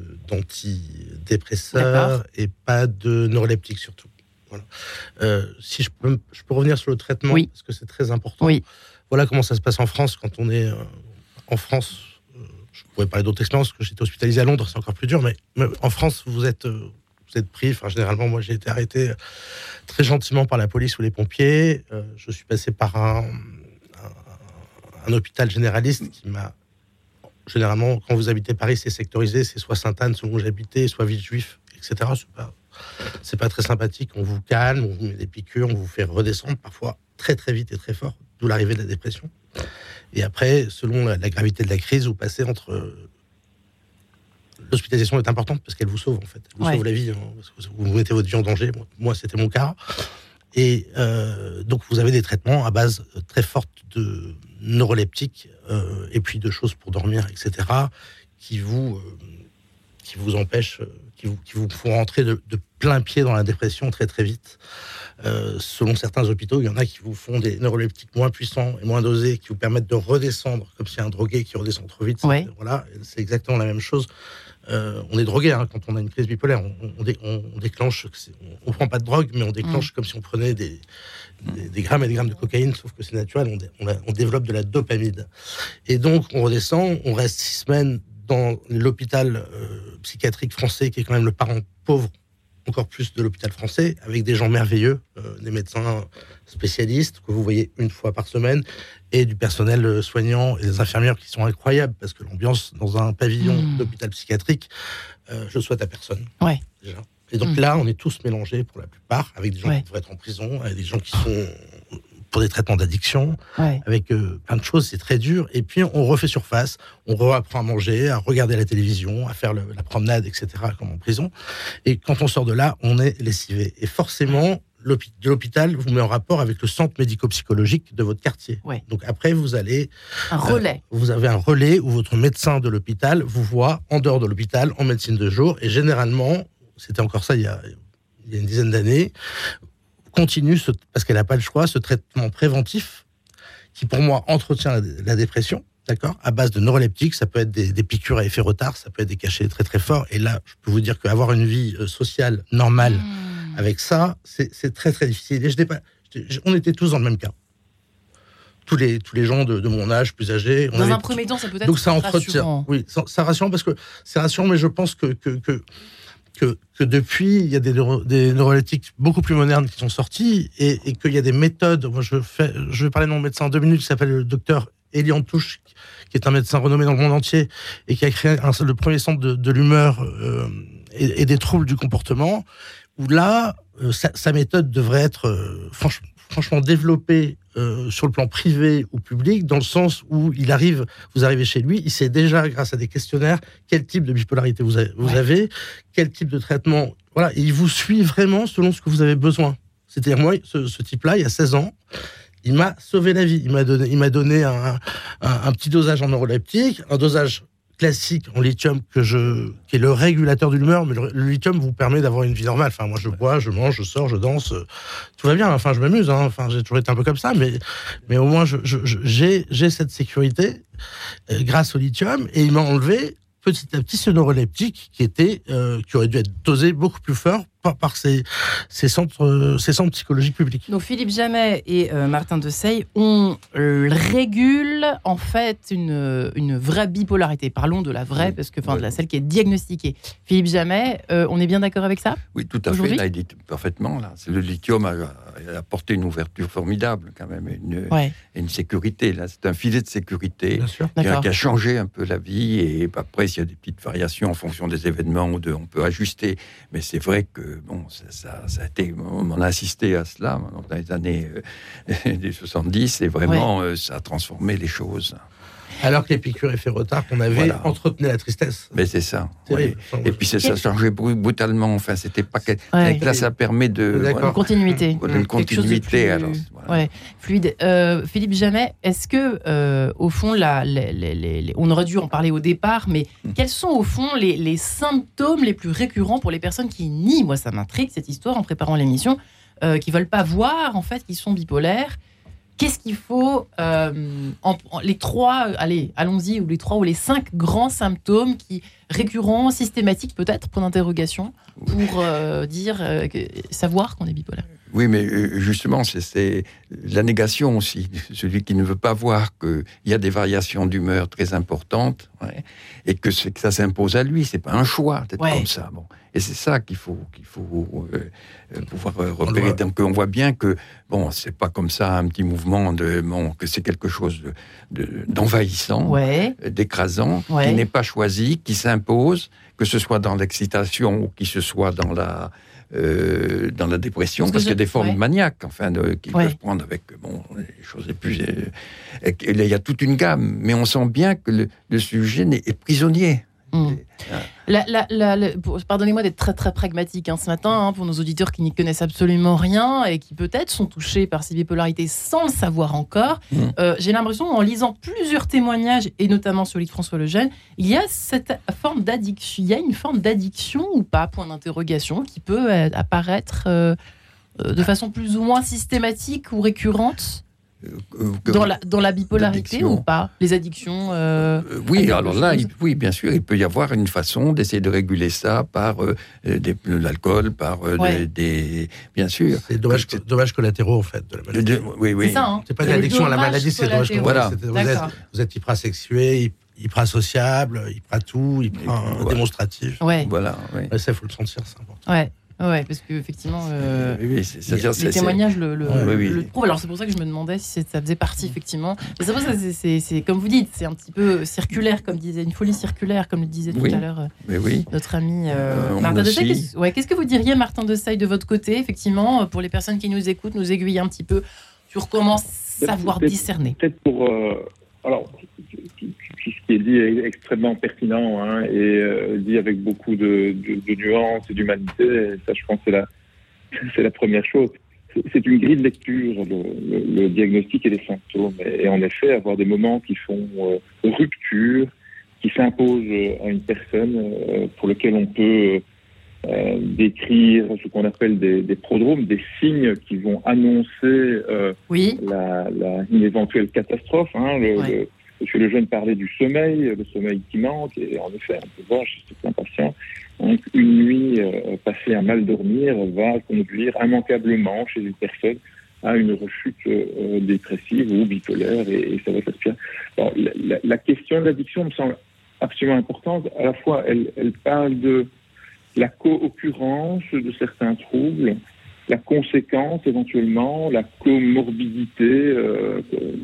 d'antidépresseurs et pas de neuroleptiques surtout. Voilà. Euh, si je peux, je peux revenir sur le traitement, oui. parce que c'est très important. Oui. Voilà comment ça se passe en France. Quand on est euh, en France, euh, je pourrais parler d'autres expériences, que j'étais hospitalisé à Londres, c'est encore plus dur, mais, mais en France, vous êtes, euh, vous êtes pris. Enfin, généralement, moi, j'ai été arrêté euh, très gentiment par la police ou les pompiers. Euh, je suis passé par un, un, un hôpital généraliste qui m'a... Généralement, quand vous habitez Paris, c'est sectorisé, c'est soit Sainte-Anne, selon où j'habitais, soit Villejuif, et cetera. C'est pas, c'est pas très sympathique. On vous calme, on vous met des piqûres, on vous fait redescendre, parfois très très vite et très fort, d'où l'arrivée de la dépression. Et après, selon la, la gravité de la crise, vous passez entre... Euh, l'hospitalisation est importante parce qu'elle vous sauve, en fait. Elle vous ouais. sauve la vie, hein, parce que vous mettez votre vie en danger. Moi, moi c'était mon cas. Et euh, donc, vous avez des traitements à base très forte de neuroleptiques euh, et puis de choses pour dormir, et cetera, qui vous, euh, qui vous empêchent, euh, qui, vous, qui vous font rentrer de, de plein pied dans la dépression très très vite. Euh, selon certains hôpitaux, il y en a qui vous font des neuroleptiques moins puissants et moins dosés, qui vous permettent de redescendre, comme si un drogué qui redescend trop vite. Ouais. Voilà, c'est exactement la même chose. Euh, on est drogué hein, quand on a une crise bipolaire. On, on, dé, on, on déclenche, on, on prend pas de drogue, mais on déclenche mmh. comme si on prenait des, des, des grammes et des grammes de cocaïne, sauf que c'est naturel. On, dé, on, a, on développe de la dopamine. Et donc, on redescend, on reste six semaines dans l'hôpital euh, psychiatrique français, qui est quand même le parent pauvre, encore plus de l'hôpital français, avec des gens merveilleux, euh, des médecins spécialistes que vous voyez une fois par semaine, et du personnel soignant et des infirmières qui sont incroyables, parce que l'ambiance dans un pavillon mmh. d'hôpital psychiatrique, euh, je le souhaite à personne. Ouais. Déjà. Et donc mmh. là, on est tous mélangés pour la plupart, avec des gens ouais. qui devraient être en prison, avec des gens qui sont pour des traitements d'addiction, ouais. avec euh, plein de choses, c'est très dur. Et puis, on refait surface, on reapprend à manger, à regarder la télévision, à faire le, la promenade, et cetera, comme en prison. Et quand on sort de là, on est lessivé. Et forcément, l'hôpi- de l'hôpital vous met en rapport avec le centre médico-psychologique de votre quartier. Ouais. Donc après, vous allez... Un relais. Euh, vous avez un relais où votre médecin de l'hôpital vous voit en dehors de l'hôpital, en médecine de jour. Et généralement, c'était encore ça il y a, il y a une dizaine d'années, continue, ce, parce qu'elle n'a pas le choix, ce traitement préventif qui, pour moi, entretient la, la dépression, d'accord, à base de neuroleptiques. Ça peut être des, des piqûres à effet retard, ça peut être des cachets très très forts. Et là, je peux vous dire qu'avoir une vie euh, sociale normale mmh. avec ça, c'est, c'est très très difficile. Et je n'ai pas, je, on était tous dans le même cas. Tous les, tous les gens de, de mon âge, plus âgés. Dans un premier temps, ça peut être donc ça rassurant. entretient. Oui, ça, ça rassure parce que c'est rassurant, mais je pense que que, que Que, que depuis, il y a des, neuro, des neuroleptiques beaucoup plus modernes qui sont sortis et, et qu'il y a des méthodes. Moi, je, fais, je vais parler de mon médecin en deux minutes, qui s'appelle le docteur Elian Touche, qui est un médecin renommé dans le monde entier et qui a créé un, le premier centre de, de l'humeur euh, et, et des troubles du comportement, où là, euh, sa, sa méthode devrait être euh, franchement, franchement développée euh, sur le plan privé ou public, dans le sens où il arrive, vous arrivez chez lui, il sait déjà, grâce à des questionnaires, quel type de bipolarité vous avez, vous ouais. avez quel type de traitement, voilà, et il vous suit vraiment selon ce que vous avez besoin. C'est-à-dire, moi, ce, ce type-là, il y a seize ans, il m'a sauvé la vie. Il m'a donné, il m'a donné un, un, un petit dosage en neuroleptique, un dosage classique en lithium que je, qui est le régulateur de l'humeur, mais le, le lithium vous permet d'avoir une vie normale. Enfin, moi, je bois, je mange, je sors, je danse, euh, tout va bien. Enfin, je m'amuse. Hein. Enfin, j'ai toujours été un peu comme ça, mais, mais au moins, je, je, je, j'ai, j'ai cette sécurité euh, grâce au lithium, et il m'a enlevé petit à petit ce neuroleptique qui était, euh, qui aurait dû être dosé beaucoup plus fort par, par ces, ces centres, euh, ces centres psychologiques publics. Donc Philippe Jamet et euh, Martin Desailles, on euh, régule en fait une, une vraie bipolarité. Parlons de la vraie, parce que enfin de la celle qui est diagnostiquée. Philippe Jamet, euh, on est bien d'accord avec ça ? Oui, tout à fait. Là, il dit parfaitement. Là, c'est le lithium a, a apporté une ouverture formidable quand même, une, ouais. une sécurité. Là, c'est un filet de sécurité qui a, qui a changé un peu la vie. Et après, il y a des petites variations en fonction des événements, où de, on peut ajuster. Mais c'est vrai que bon, ça, ça, ça a été, on a assisté à cela dans les années euh, des soixante-dix, et vraiment, ouais. euh, ça a transformé les choses. Alors que les piqûres effet retard qu'on avait voilà. entretenaient la tristesse. Mais c'est ça. C'est oui. Et puis c'est, ça a changé brutalement. Enfin, c'était pas que... ouais. Là, ça permet de voilà. une continuité, voilà, une continuité. Plus... Alors, voilà. ouais. fluide. Euh, Philippe Jamet, est-ce que euh, au fond, la, les, les, les, on aurait dû en parler au départ, mais mmh. quels sont au fond les, les symptômes les plus récurrents pour les personnes qui nient ? Moi, ça m'intrigue cette histoire en préparant l'émission, euh, qui veulent pas voir en fait qu'ils sont bipolaires. Qu'est-ce qu'il faut, euh, en, en, les trois, allez, allons-y, ou les trois ou les cinq grands symptômes qui récurrents, systématiques peut-être, point d'interrogation, pour euh, dire, euh, que, savoir qu'on est bipolaire. Oui, mais justement, c'est, c'est la négation aussi, celui qui ne veut pas voir qu'il y a des variations d'humeur très importantes, ouais, et que, c'est, que ça s'impose à lui, c'est pas un choix d'être ouais. comme ça. Bon. Et c'est ça qu'il faut, qu'il faut euh, pouvoir repérer. On Donc on voit bien que bon, c'est pas comme ça un petit mouvement de bon, que c'est quelque chose de, de, d'envahissant, ouais. d'écrasant, ouais. qui n'est pas choisi, qui s'impose, que ce soit dans l'excitation ou qui se soit dans la Euh, dans la dépression, parce, parce qu'il y a des formes ouais. maniaques, enfin, de, qui ouais. peuvent prendre avec bon, les choses les plus... Euh, et, et là, il y a toute une gamme, mais on sent bien que le, le sujet est, est prisonnier. Mmh. Et, euh, la, la, la, la, pour, pardonnez-moi d'être très, très pragmatique hein, ce matin, hein, pour nos auditeurs qui n'y connaissent absolument rien et qui peut-être sont touchés par ces bipolarités sans le savoir encore. Mmh. Euh, j'ai l'impression, en lisant plusieurs témoignages, et notamment celui de François Lejeune, il y a cette forme d'addiction, il y a une forme d'addiction ou pas, point d'interrogation, qui peut euh, apparaître euh, euh, de façon plus ou moins systématique ou récurrente Dans la, dans la bipolarité ou pas ? Les addictions euh, euh, Oui, alors là, il, oui, bien sûr, il peut y avoir une façon d'essayer de réguler ça par euh, des, de l'alcool, par euh, ouais. des, des... Bien sûr. C'est dommage, c'est dommages collatéraux, en fait, de la maladie. De, oui, oui. C'est ça, hein. C'est pas l'addiction à la maladie, c'est dommage collatéraux. Voilà. Vous êtes, vous êtes hyprasexué, hyprasociable, hypratout, hyper voilà. démonstratif. Ouais. Voilà, oui. Ouais, ça, il faut le sentir, c'est important. Ouais. Ouais, parce qu'effectivement, euh, oui, oui, c'est, c'est, les, c'est, les témoignages le, le, ouais, le, oui. le prouvent. Alors c'est pour ça que je me demandais si ça faisait partie, effectivement. Mais c'est pour ça que c'est, c'est, c'est, comme vous dites, c'est un petit peu circulaire, comme disait, une folie circulaire, comme le disait tout oui. à l'heure mais oui. notre ami euh, euh, Martin Desailles. Qu'est-ce, ouais, qu'est-ce que vous diriez, Martin Desailles, de votre côté, effectivement, pour les personnes qui nous écoutent, nous aiguiller un petit peu sur comment savoir peut-être, discerner. Peut-être pour... Euh, alors, tout ce qui est dit est extrêmement pertinent hein, et euh, dit avec beaucoup de, de, de nuances et d'humanité. Et ça, je pense, c'est la, c'est la première chose. C'est, c'est une grille de lecture, le, le, le diagnostic et les symptômes. Et, et en effet, avoir des moments qui font euh, rupture, qui s'imposent à une personne euh, pour lequel on peut euh, décrire ce qu'on appelle des, des prodromes, des signes qui vont annoncer euh, oui. la, la, une éventuelle catastrophe. Hein, le, ouais. le, Monsieur Lejeune parlait du sommeil, le sommeil qui manque, et en effet, on peut voir chez certains patients hein, qu'une nuit euh, passée à mal dormir va conduire immanquablement chez une personne à une rechute euh, dépressive ou bipolaire, et, et ça va s'aspirer. Alors, la, la, la question de l'addiction me semble absolument importante. À la fois, elle, elle parle de la co-occurrence de certains troubles, la conséquence éventuellement, la comorbidité, euh,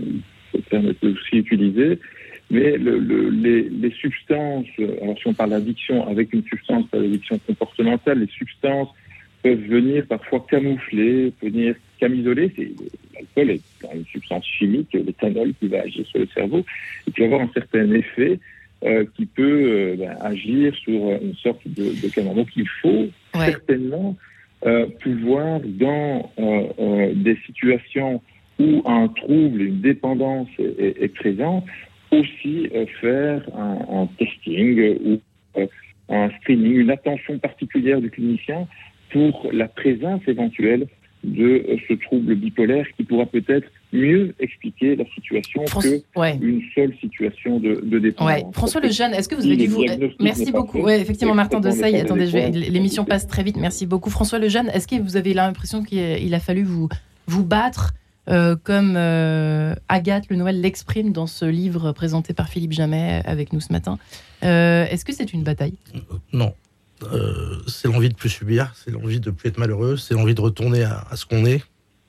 ce terme est aussi utilisé, mais le, le, les, les substances, alors si on parle d'addiction avec une substance, pas d'addiction comportementale, les substances peuvent venir parfois camoufler, venir camisoler. C'est, l'alcool est une substance chimique, l'éthanol qui va agir sur le cerveau, et qui va avoir un certain effet euh, qui peut euh, ben, agir sur une sorte de, de canon. Donc il faut ouais. certainement euh, pouvoir, dans euh, euh, des situations où un trouble, une dépendance est, est, est présente, aussi euh, faire un, un testing ou euh, un screening, une attention particulière du clinicien pour la présence éventuelle de euh, ce trouble bipolaire qui pourra peut-être mieux expliquer la situation François, qu'une ouais. seule situation de, de dépendance. Ouais. François Lejeune, est-ce que vous avez dû vous... Merci beaucoup. Oui, effectivement, Martin Desailles, attendez, je vais... l'émission passe très vite, merci beaucoup. François Lejeune, est-ce que vous avez l'impression qu'il a fallu vous, vous battre Euh, comme euh, Agathe Le Noël l'exprime dans ce livre présenté par Philippe Jamet avec nous ce matin. Euh, est-ce que c'est une bataille ? Non. Euh, c'est l'envie de plus subir, c'est l'envie de plus être malheureux, c'est l'envie de retourner à, à ce qu'on est,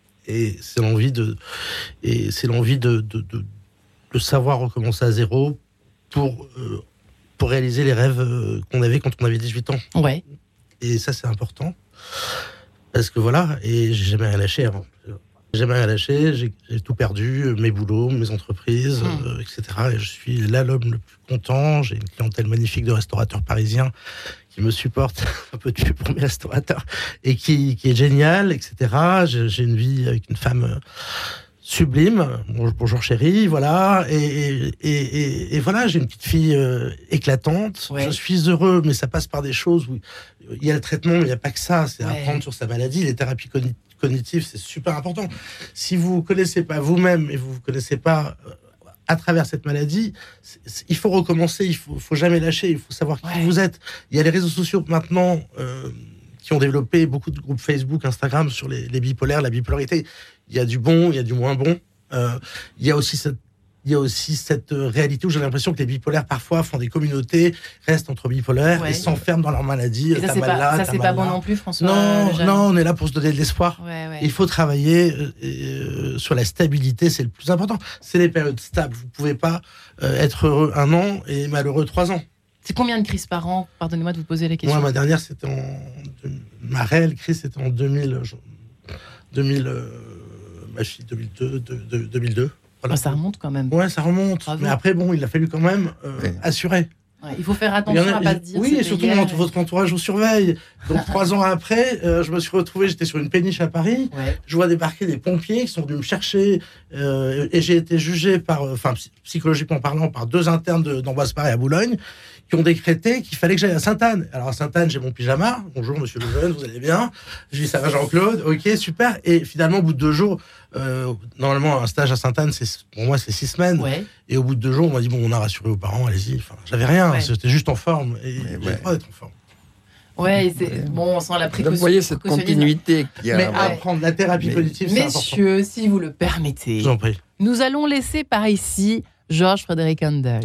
et c'est l'envie de, et c'est l'envie de, de, de, de savoir recommencer à zéro pour, euh, pour réaliser les rêves qu'on avait quand on avait dix-huit ans. Ouais. Et ça, c'est important. Parce que voilà, et j'ai jamais rien lâché avant. J'ai jamais rien lâché, j'ai, j'ai tout perdu, mes boulots, mes entreprises, mmh. euh, et cetera. Et je suis là l'homme le plus content. J'ai une clientèle magnifique de restaurateurs parisiens qui me supportent, un peu de pub pour mes restaurateurs, et qui, qui est génial, et cetera. J'ai, j'ai une vie avec une femme sublime. Bonjour, bonjour chérie, voilà. Et, et, et, et voilà, j'ai une petite fille euh, éclatante. Ouais. Je suis heureux, mais ça passe par des choses où il y a le traitement, mais il n'y a pas que ça. C'est ouais. apprendre sur sa maladie, les thérapies cognitives. Cognitif, c'est super important. Si vous ne connaissez pas vous-même et vous ne vous connaissez pas euh, à travers cette maladie, c'est, c'est, il faut recommencer, il ne faut, faut jamais lâcher, il faut savoir qui ouais. vous êtes. Il y a les réseaux sociaux maintenant euh, qui ont développé beaucoup de groupes Facebook, Instagram sur les, les bipolaires, la bipolarité. Il y a du bon, il y a du moins bon. Euh, il y a aussi cette Il y a aussi cette réalité où j'ai l'impression que les bipolaires, parfois, font des communautés, restent entre bipolaires ouais. et s'enferment dans leur maladie. Et ça, c'est pas, là, ça, c'est pas bon non plus, François. Non, non, on est là pour se donner de l'espoir. Ouais, ouais. Il faut travailler euh, sur la stabilité, c'est le plus important. C'est les périodes stables. Vous ne pouvez pas euh, être heureux un an et malheureux trois ans. C'est combien de crises par an ? Pardonnez-moi de vous poser la question. Moi, ma dernière, c'était en... Ma réelle crise, c'était en deux mille... deux mille euh, ma fille, deux mille deux. deux mille deux. Voilà. Ça remonte quand même. Ouais, ça remonte. Bravo. Mais après, bon, il a fallu quand même euh, oui. assurer. Ouais, il faut faire attention a, à ne pas se dire. Oui, et surtout quand votre entourage vous surveille. Donc, trois ans après, euh, je me suis retrouvé, j'étais sur une péniche à Paris. Ouais. Je vois débarquer des pompiers qui sont venus me chercher. Euh, et j'ai été jugé, par, enfin, psychologiquement parlant, par deux internes de, d'Amboise Paré à Boulogne, qui ont décrété qu'il fallait que j'aille à Sainte-Anne. Alors, à Sainte-Anne, j'ai mon pyjama. Bonjour, monsieur Lejeune, vous allez bien ? Je dis, ça va, Jean-Claude ? Ok, super. Et finalement, au bout de deux jours, euh, normalement, un stage à Sainte-Anne, c'est, pour moi, c'est six semaines. Ouais. Et au bout de deux jours, on m'a dit, bon, on a rassuré aux parents, allez-y. Enfin, j'avais rien, ouais. J'étais juste en forme. Et j'ai ouais. le droit d'être en forme. Ouais, c'est, bon, on sent la précaution. Vous voyez cette continuité qu'il y a. Mais ouais. apprendre la thérapie mais, cognitive, c'est important. Messieurs, si vous le permettez, je vous en prie. Nous allons laisser par ici Georges Frédéric Handel.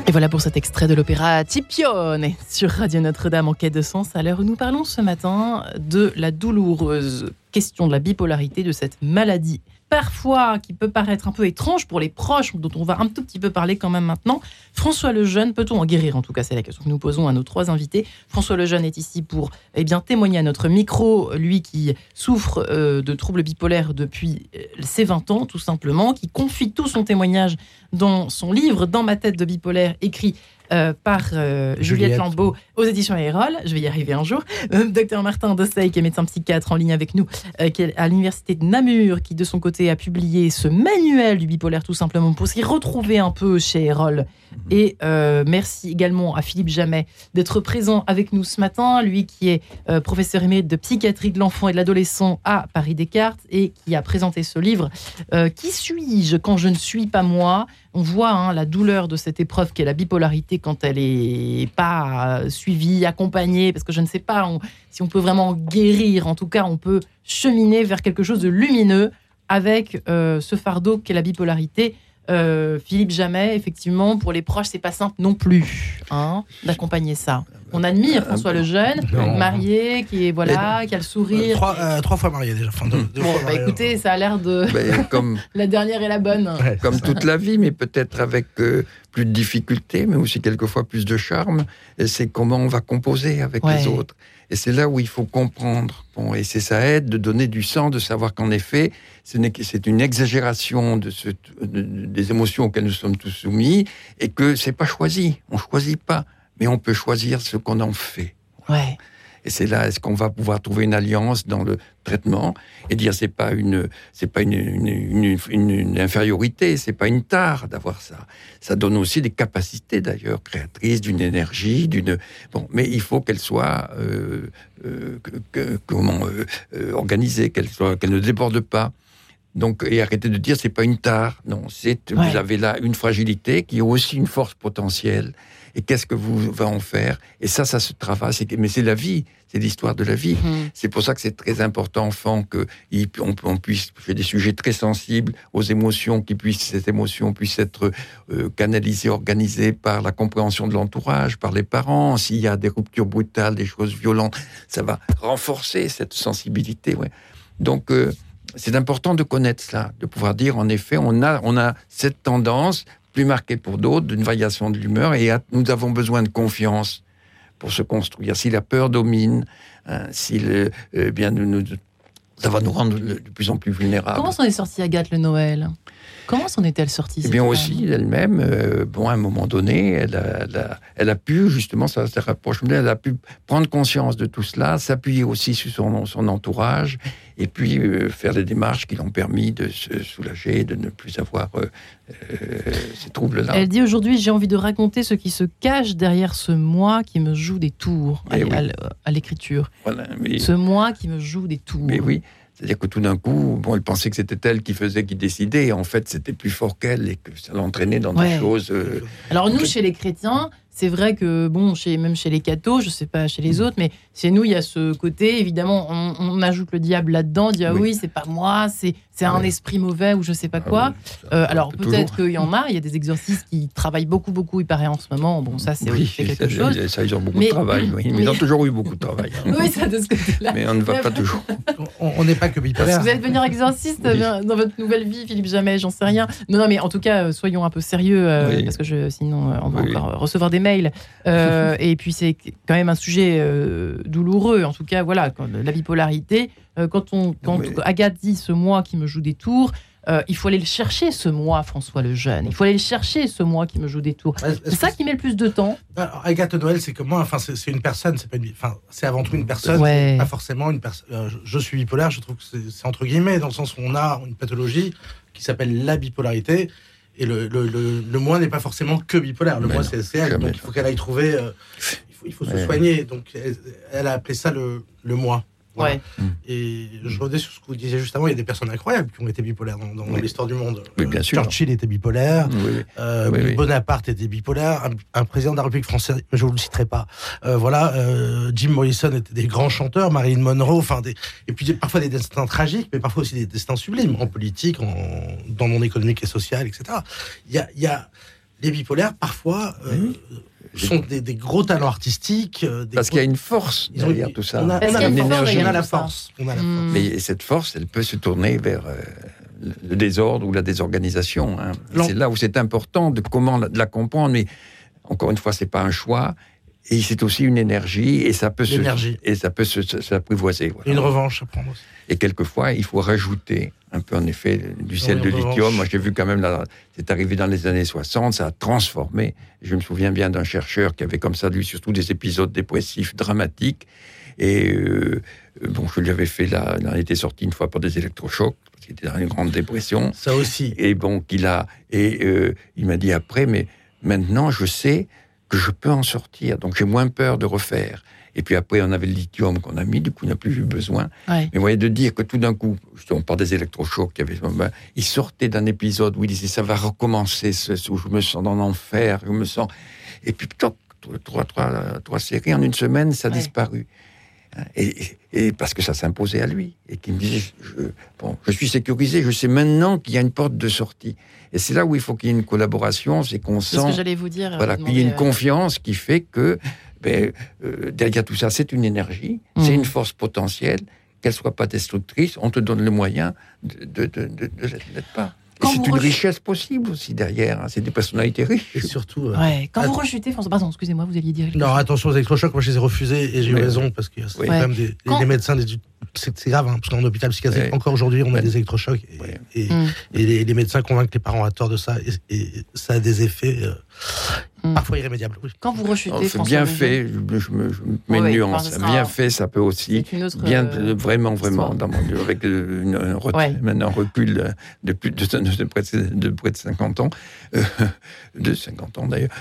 Et voilà pour cet extrait de l'opéra Scipione sur Radio Notre-Dame en quête de sens. À l'heure où nous parlons ce matin de la douloureuse question de la bipolarité, de cette maladie parfois qui peut paraître un peu étrange pour les proches, dont on va un tout petit peu parler quand même maintenant. François Lejeune, peut-on en guérir? En tout cas, c'est la question que nous posons à nos trois invités. François Lejeune est ici pour eh bien, témoigner à notre micro, lui qui souffre euh, de troubles bipolaires depuis ses vingt ans, tout simplement, qui confie tout son témoignage dans son livre « Dans ma tête de bipolaire », écrit Euh, par euh, Juliette, Juliette Lambeau aux éditions Erol. Je vais y arriver un jour. Euh, Docteur Martin Dosseil, qui est médecin psychiatre en ligne avec nous, euh, qui est à l'université de Namur, qui de son côté a publié ce manuel du bipolaire tout simplement pour s'y retrouver un peu chez Erol. Et euh, merci également à Philippe Jamet d'être présent avec nous ce matin, lui qui est euh, professeur émérite de psychiatrie de l'enfant et de l'adolescent à Paris-Descartes et qui a présenté ce livre euh, « Qui suis-je quand je ne suis pas moi ?» On voit hein, la douleur de cette épreuve qu'est la bipolarité quand elle n'est pas euh, suivie, accompagnée, parce que je ne sais pas on, si on peut vraiment guérir. En tout cas, on peut cheminer vers quelque chose de lumineux avec euh, ce fardeau qu'est la bipolarité. Euh, Philippe Jamet, effectivement, pour les proches, c'est pas simple non plus hein, d'accompagner ça. On admire François Lejeune, non. marié, qui est voilà, Mais, qui a le sourire. Euh, trois, euh, trois fois marié déjà. Enfin, deux, deux bon, fois bah marié, écoutez, ça a l'air de ben, comme, la dernière est la bonne. Ouais, comme toute la vie, mais peut-être avec euh, plus de difficultés, mais aussi quelquefois plus de charme. Et c'est comment on va composer avec ouais. les autres. Et c'est là où il faut comprendre. Bon, et c'est ça aide de donner du sens, de savoir qu'en effet, ce n'est, c'est une exagération de ce, de, des émotions auxquelles nous sommes tous soumis, et que c'est pas choisi. On choisit pas, mais on peut choisir ce qu'on en fait. Ouais. Et c'est là, est-ce qu'on va pouvoir trouver une alliance dans le traitement et dire c'est pas une, c'est pas une, une, une, une, une infériorité, c'est pas une tare d'avoir ça. Ça donne aussi des capacités d'ailleurs créatrices, d'une énergie, d'une bon, mais il faut qu'elle soit euh, euh, que, que, comment euh, euh, organisée, qu'elle soit, qu'elle ne déborde pas. Donc, et arrêtez de dire c'est pas une tare. Non, c'est ouais. vous avez là une fragilité qui est aussi une force potentielle. Et qu'est-ce que vous va en faire? Et ça, ça se travaille. C'est, mais c'est la vie, c'est l'histoire de la vie. Mmh. C'est pour ça que c'est très important, enfant, que on, on puisse faire des sujets très sensibles aux émotions, qui puissent cette émotion puisse être euh, canalisée, organisée par la compréhension de l'entourage, par les parents. S'il y a des ruptures brutales, des choses violentes, ça va renforcer cette sensibilité. Ouais. Donc euh, c'est important de connaître ça, de pouvoir dire en effet, on a, on a cette tendance plus marquée pour d'autres, d'une variation de l'humeur, et nous avons besoin de confiance pour se construire. Si la peur domine, hein, si le, euh, bien nous, nous, ça va nous rendre de plus en plus vulnérables. Comment s'en est sortie Agathe Le Noël? Comment s'en est-elle sortie? Eh bien aussi, elle-même, euh, bon, à un moment donné, elle a, elle a, elle a pu, justement, ça se rapproche, elle a pu prendre conscience de tout cela, s'appuyer aussi sur son, son entourage, et puis euh, faire des démarches qui l'ont permis de se soulager, de ne plus avoir euh, euh, ces troubles-là. Elle dit aujourd'hui, j'ai envie de raconter ce qui se cache derrière ce moi qui me joue des tours à, oui. à, à l'écriture. Voilà, mais... Ce moi qui me joue des tours. Mais oui. C'est-à-dire que tout d'un coup, bon, elle pensait que c'était elle qui faisait, qui décidait, et en fait, c'était plus fort qu'elle, et que ça l'entraînait dans ouais. des choses... Euh, Alors nous, chez les chrétiens, c'est vrai que, bon, chez, même chez les cathos, je ne sais pas chez les autres, mais chez nous, il y a ce côté, évidemment, on, on ajoute le diable là-dedans, on dit, ah oui, oui c'est pas moi, c'est, c'est un ouais. esprit mauvais, ou je ne sais pas quoi. Ah oui, euh, alors peut-être qu'il y en a, il y a des exorcistes qui travaillent beaucoup, beaucoup, il paraît en ce moment, bon, ça, c'est oui, fait quelque ça, chose. Ça, ils ont beaucoup mais, de travail, oui. mais ils ont toujours eu beaucoup de travail. Hein. Oui, ça, de ce côté-là. Mais on ne va pas toujours. On n'est pas que bipolaire. Vous allez devenir exorciste oui. dans votre nouvelle vie, Philippe Jamet, j'en sais rien. Non, non, mais en tout cas, soyons un peu sérieux, euh, oui. parce que je, sinon, on va oui. encore recevoir des mails. Euh, et puis, c'est quand même un sujet euh, douloureux. En tout cas, voilà, quand, la bipolarité. Euh, quand on, quand oui. Agathe dit ce moi qui me joue des tours, euh, il faut aller le chercher, ce moi, François Lejeune. Il faut aller le chercher, ce moi qui me joue des tours. Est-ce c'est ça qui met le plus de temps. Alors, Agathe Noël, c'est comme moi. Enfin, c'est, c'est une personne. C'est pas une. Enfin, c'est avant tout une personne. Ouais. Pas forcément une personne. Euh, je, je suis bipolaire. Je trouve que c'est, c'est entre guillemets dans le sens où on a une pathologie qui s'appelle la bipolarité. Et le, le, le, le moi n'est pas forcément que bipolaire. Le mais moi, non, c'est, c'est elle. Donc, il faut qu'elle aille trouver. Euh, il faut, il faut se ouais. soigner. Donc, elle, elle a appelé ça le, le moi. Voilà. Ouais. Et je revenais sur ce que vous disiez juste avant, il y a des personnes incroyables qui ont été bipolaires dans, dans oui. l'histoire du monde. Oui, bien sûr. Churchill était bipolaire, oui. Euh, oui, oui. Bonaparte était bipolaire, un, un président de la République française, je ne vous le citerai pas. Euh, voilà, euh, Jim Morrison était des grands chanteurs, Marilyn Monroe, enfin des, et puis parfois des destins tragiques, mais parfois aussi des destins sublimes, en politique, en, dans le monde économique et social, et cetera. Il y a, il y a les bipolaires, parfois, euh, oui. sont des, des gros talents artistiques. Des Parce gros... qu'il y a une force derrière tout ça. On a, on on a, une la, force, énergie. on a la force. On a la force. Mais cette force, elle peut se tourner vers euh, le désordre ou la désorganisation. Hein. C'est là où c'est important de comment la, de la comprendre. Mais encore une fois, c'est pas un choix. Et c'est aussi une énergie, et ça peut L'énergie. se, et ça peut se, se, s'apprivoiser. Voilà. Une revanche à prendre aussi. Et quelquefois, il faut rajouter un peu, en effet, du sel de lithium. Moi, j'ai vu quand même, là, c'est arrivé dans les années soixante, ça a transformé. Je me souviens bien d'un chercheur qui avait comme ça, lui, surtout des épisodes dépressifs dramatiques. Et euh, bon, je lui avais fait, là, il en était sorti une fois pour des électrochocs, parce qu'il était dans une grande dépression. Ça aussi. Et bon, qu'il a, et euh, il m'a dit après, mais maintenant, je sais que je peux en sortir, donc j'ai moins peur de refaire. Et puis après, on avait le lithium qu'on a mis, du coup, on n'a plus eu besoin. Ouais. Mais vous voyez, de dire que tout d'un coup, on parle des électrochocs, qu'il y avait, ben, il sortait d'un épisode où il disait, ça va recommencer, ce, où je me sens dans l'enfer, je me sens... Et puis, toc, trois, trois, trois séries, en une semaine, ça a ouais. disparu. Et, et, et parce que ça s'imposait à lui. Et qu'il me disait, je, bon, je suis sécurisé, je sais maintenant qu'il y a une porte de sortie. Et c'est là où il faut qu'il y ait une collaboration, c'est qu'on sent... C'est ce que j'allais vous dire. Voilà, qu'il y ait une euh... confiance qui fait que ben, euh, derrière tout ça, c'est une énergie, mmh. c'est une force potentielle, qu'elle ne soit pas destructrice, on te donne le moyen de, de, de, de, de l'être pas. Et c'est une rech... richesse possible aussi derrière, hein. C'est des personnalités riches. Et surtout... Euh, ouais. Quand vous rechutez, François... Pardon, excusez-moi, vous alliez dire... Non, chose. Attention aux électrochocs, moi je les ai refusés et j'ai eu raison, parce que c'est oui. quand même des, quand... des médecins... Des... C'est, c'est grave, hein, parce qu'en hôpital psychiatrique, ouais. encore aujourd'hui, on a ouais. des électrochocs. Et, ouais. et, mm. et les, les médecins convainquent les parents à tort de ça, et, et ça a des effets... Euh, Mmh. parfois irrémédiable. Oui. Quand vous rechutez, oh, François bien fait, je, je, me, je mets une oui, nuance. Sera... Bien fait, ça peut aussi autre, bien, euh, vraiment, vraiment, dans mon, avec une, un, recul, ouais. un recul de plus de, de, de, près, de, de près de cinquante ans, euh, de cinquante ans d'ailleurs.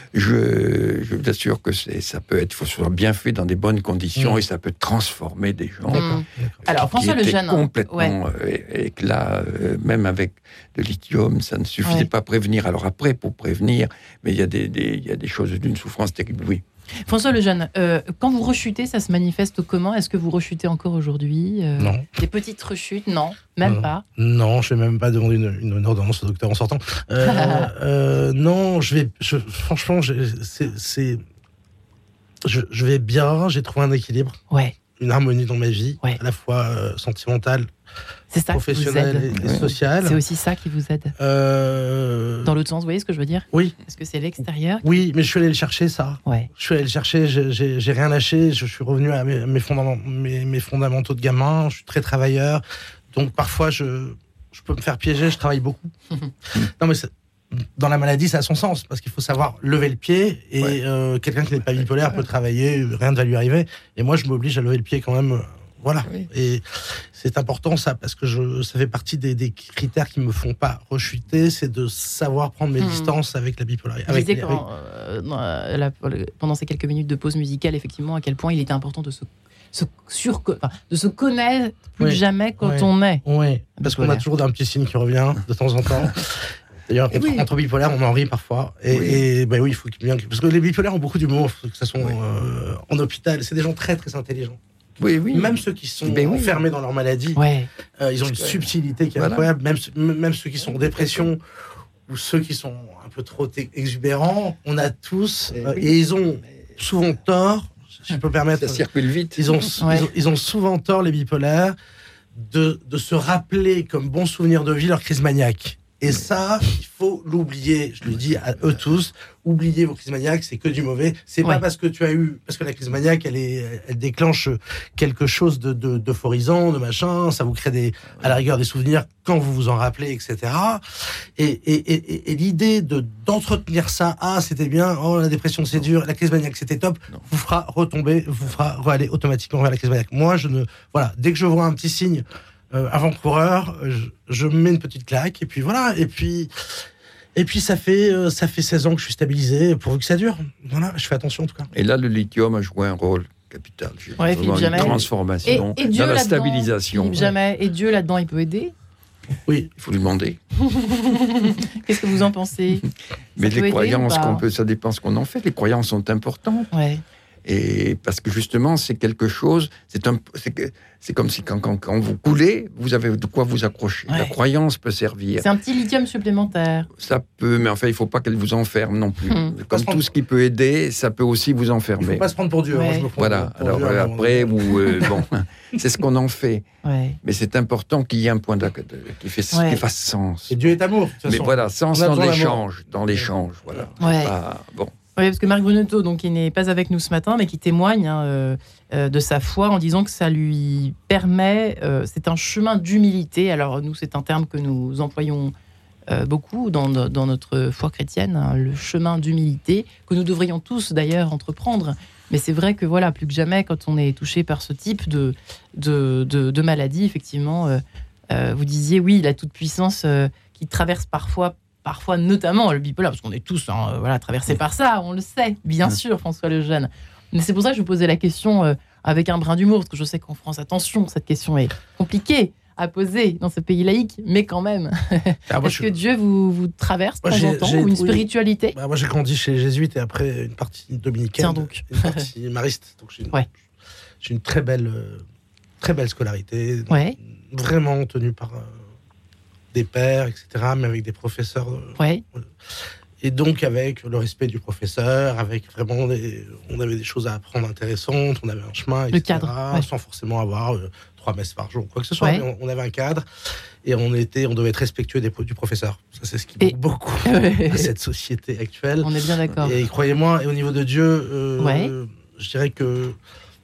Je, je vous assure que c'est, ça peut être, il faut que ce soit bien fait dans des bonnes conditions mmh. et ça peut transformer des gens. Mmh. Alors François Lejeune, complètement, ouais. euh, et, et que là, euh, même avec le lithium, ça ne suffisait ouais. pas à prévenir. Alors après, pour prévenir, mais il y a des, des il y a des choses d'une souffrance terrible, oui. François Lejeune, euh, quand vous rechutez, ça se manifeste comment ? Est-ce que vous rechutez encore aujourd'hui ? euh, Non. Des petites rechutes ? Non, même euh, pas. Non, je ne vais même pas demander une, une ordonnance au docteur en sortant. Euh, euh, non, je vais... Je, franchement, je, c'est, c'est, je, je vais bien, j'ai trouvé un équilibre. Ouais. Une harmonie dans ma vie, ouais. à la fois euh, sentimentale, c'est ça professionnelle qui vous aide. et, et sociale. C'est aussi ça qui vous aide. Euh... Dans l'autre sens, vous voyez ce que je veux dire ? Oui. Est-ce que c'est l'extérieur ? Oui, mais je suis allé le chercher, ça. Ouais. Je suis allé le chercher, j'ai, j'ai, j'ai rien lâché, je suis revenu à mes, mes, fondaments, mes, mes fondamentaux de gamin, je suis très travailleur, donc parfois je, je peux me faire piéger, je travaille beaucoup. Non, mais c'est... Dans la maladie, ça a son sens, parce qu'il faut savoir lever le pied, et ouais. euh, quelqu'un qui n'est pas bipolaire ouais. peut travailler, rien ne va lui arriver, et moi je m'oblige à lever le pied quand même, euh, voilà. Oui. Et c'est important ça, parce que je, ça fait partie des, des critères qui me font pas rechuter, c'est de savoir prendre mes mmh. distances avec la bipolarité. Je disais quand, euh, la, pendant ces quelques minutes de pause musicale, effectivement, à quel point il était important de se Se sur, enfin, de se connaître plus oui. jamais quand oui. on est. Oui, parce qu'on a toujours un petit signe qui revient de temps en temps. D'ailleurs, entre, oui. entre bipolaires, on en rit parfois. Et, oui. et ben oui, il faut qu'il bien. Parce que les bipolaires ont beaucoup d'humour, que ce soit oui. euh, en hôpital. C'est des gens très, très intelligents. Oui, oui. Même ceux qui sont ben enfermés oui. dans leur maladie, ouais. euh, ils ont une subtilité qui est voilà. incroyable. Même, même ceux qui sont en dépression ou ceux qui sont un peu trop exubérants, on a tous. Euh, et ils ont souvent tort. Si je peux me permettre. Ça circule vite. Ils ont, ouais. ils ont, ils ont souvent tort, les bipolaires, de, de se rappeler comme bon souvenir de vie leur crise maniaque. Et ça, il faut l'oublier. Je le dis à eux tous, oubliez vos crises maniaques, c'est que du mauvais. C'est ouais. pas parce que tu as eu, parce que la crise maniaque, elle est, elle déclenche quelque chose de, de, d'euphorisant, de machin. Ça vous crée des, à la rigueur des souvenirs quand vous vous en rappelez, et cetera. Et, et, et, et l'idée de d'entretenir ça, ah c'était bien, oh la dépression c'est dur, la crise maniaque c'était top, non. vous fera retomber, vous fera aller automatiquement vers la crise maniaque. Moi, je ne, voilà, dès que je vois un petit signe. Euh, avant-coureur, je, je me mets une petite claque et puis voilà. Et puis, et puis ça fait euh, ça fait seize ans que je suis stabilisé, pourvu que ça dure. Voilà, je fais attention en tout cas. Et là, le lithium a joué un rôle capital. Ouais, vraiment une transformation et, et dans la stabilisation. Philippe Jamais. Et Dieu là-dedans, il peut aider. Oui, il faut lui demander. Qu'est-ce que vous en pensez? Mais les croyances qu'on peut, ça dépend ce qu'on en fait. Les croyances sont importantes. Ouais. Et parce que justement, c'est quelque chose, c'est, un, c'est, c'est comme si quand, quand, quand vous coulez, vous avez de quoi vous accrocher. Ouais. La croyance peut servir. C'est un petit lithium supplémentaire. Ça peut, mais enfin, il ne faut pas qu'elle vous enferme non plus. Hum. Comme tout ce qui peut aider, ça peut aussi vous enfermer. Il ne faut pas se prendre pour Dieu. Ouais. Moi, je me prends voilà, pour, pour alors Dieu, euh, alors, après, ou, euh, bon, c'est ce qu'on en fait. Ouais. Mais c'est important qu'il y ait un point de, de, qui, fait, ouais. qui fasse sens. Et Dieu est amour. De toute mais façon. voilà, sens dans l'échange. Dans l'échange, voilà. Ouais. Pas, bon. Oui, parce que Marc Brunetto, donc, qui n'est pas avec nous ce matin, mais qui témoigne hein, euh, euh, de sa foi en disant que ça lui permet, euh, c'est un chemin d'humilité. Alors nous, c'est un terme que nous employons euh, beaucoup dans, dans notre foi chrétienne, hein, le chemin d'humilité, que nous devrions tous d'ailleurs entreprendre. Mais c'est vrai que voilà, plus que jamais, quand on est touché par ce type de, de, de, de maladie, effectivement, euh, euh, vous disiez, oui, la toute-puissance euh, qui traverse parfois Parfois, notamment le bipolaire, parce qu'on est tous hein, voilà, traversés par ça, on le sait, bien sûr, François Lejeune. Mais c'est pour ça que je vous posais la question euh, avec un brin d'humour, parce que je sais qu'en France, attention, cette question est compliquée à poser dans ce pays laïque, mais quand même. Ah, Est-ce je... que Dieu vous, vous traverse de temps en temps, ou une spiritualité oui. bah, Moi, j'ai grandi chez les Jésuites et après une partie dominicaine, Tiens donc. une partie mariste. Donc j'ai une, ouais. j'ai une très belle, euh, très belle scolarité, ouais. vraiment tenue par... Euh, des pères, et cetera, mais avec des professeurs. Ouais. Et donc, avec le respect du professeur, avec vraiment des, on avait des choses à apprendre intéressantes, on avait un chemin, et cetera. Le cadre. Ouais. Sans forcément avoir euh, trois messes par jour, quoi que ce soit. Ouais. Mais on, on avait un cadre et on, était, on devait être respectueux des, du professeur. Ça, c'est ce qui manque et... beaucoup ouais. à cette société actuelle. On est bien d'accord. Et croyez-moi, et au niveau de Dieu, euh, ouais. je dirais que.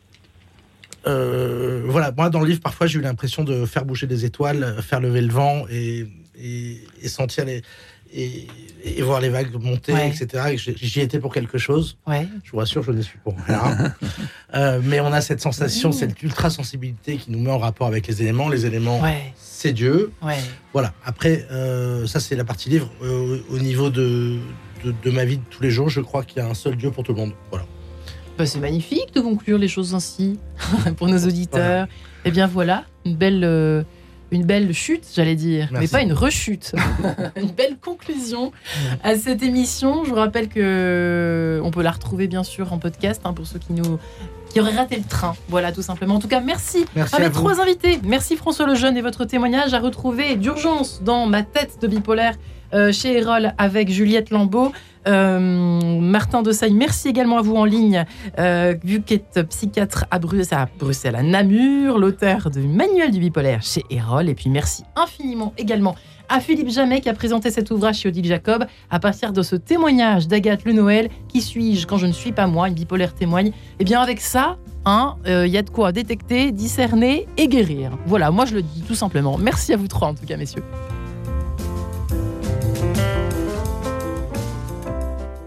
Euh, voilà, moi dans le livre parfois j'ai eu l'impression de faire bouger des étoiles, faire lever le vent et, et, et sentir les et, et voir les vagues monter, ouais. et cetera. Et j'y étais pour quelque chose. Ouais. Je vous rassure, je ne suis pour rien. euh, mais on a cette sensation, mmh. cette ultra sensibilité qui nous met en rapport avec les éléments. Les éléments, ouais. c'est Dieu. Ouais. Voilà. Après, euh, ça c'est la partie livre. Euh, au niveau de, de de ma vie de tous les jours, je crois qu'il y a un seul Dieu pour tout le monde. Voilà. Bah, c'est magnifique de conclure les choses ainsi pour nos auditeurs. Voilà. Eh bien voilà, une belle, euh, une belle chute, j'allais dire, Merci. Mais pas une rechute. Une belle conclusion à cette émission. Je vous rappelle que on peut la retrouver bien sûr en podcast hein, pour ceux qui nous qui auraient raté le train. Voilà, tout simplement. En tout cas, merci, merci avec trois invités. Merci François Lejeune et votre témoignage à retrouver d'urgence dans Ma tête de bipolaire euh, chez Erol avec Juliette Lambeau. Euh, Martin Dessailles, merci également à vous en ligne, euh, vu qu'être psychiatre à Bruxelles, à Bruxelles, à Namur, l'auteur du manuel du bipolaire chez Erol. Et puis merci infiniment également à Philippe Jamet qui a présenté cet ouvrage chez Odile Jacob à partir de ce témoignage d'Agathe Le Noël. Qui suis-je quand je ne suis pas moi? Une bipolaire témoigne. Et bien avec ça, il hein, euh, y a de quoi détecter, discerner et guérir. Voilà, moi je le dis tout simplement. Merci à vous trois en tout cas, messieurs.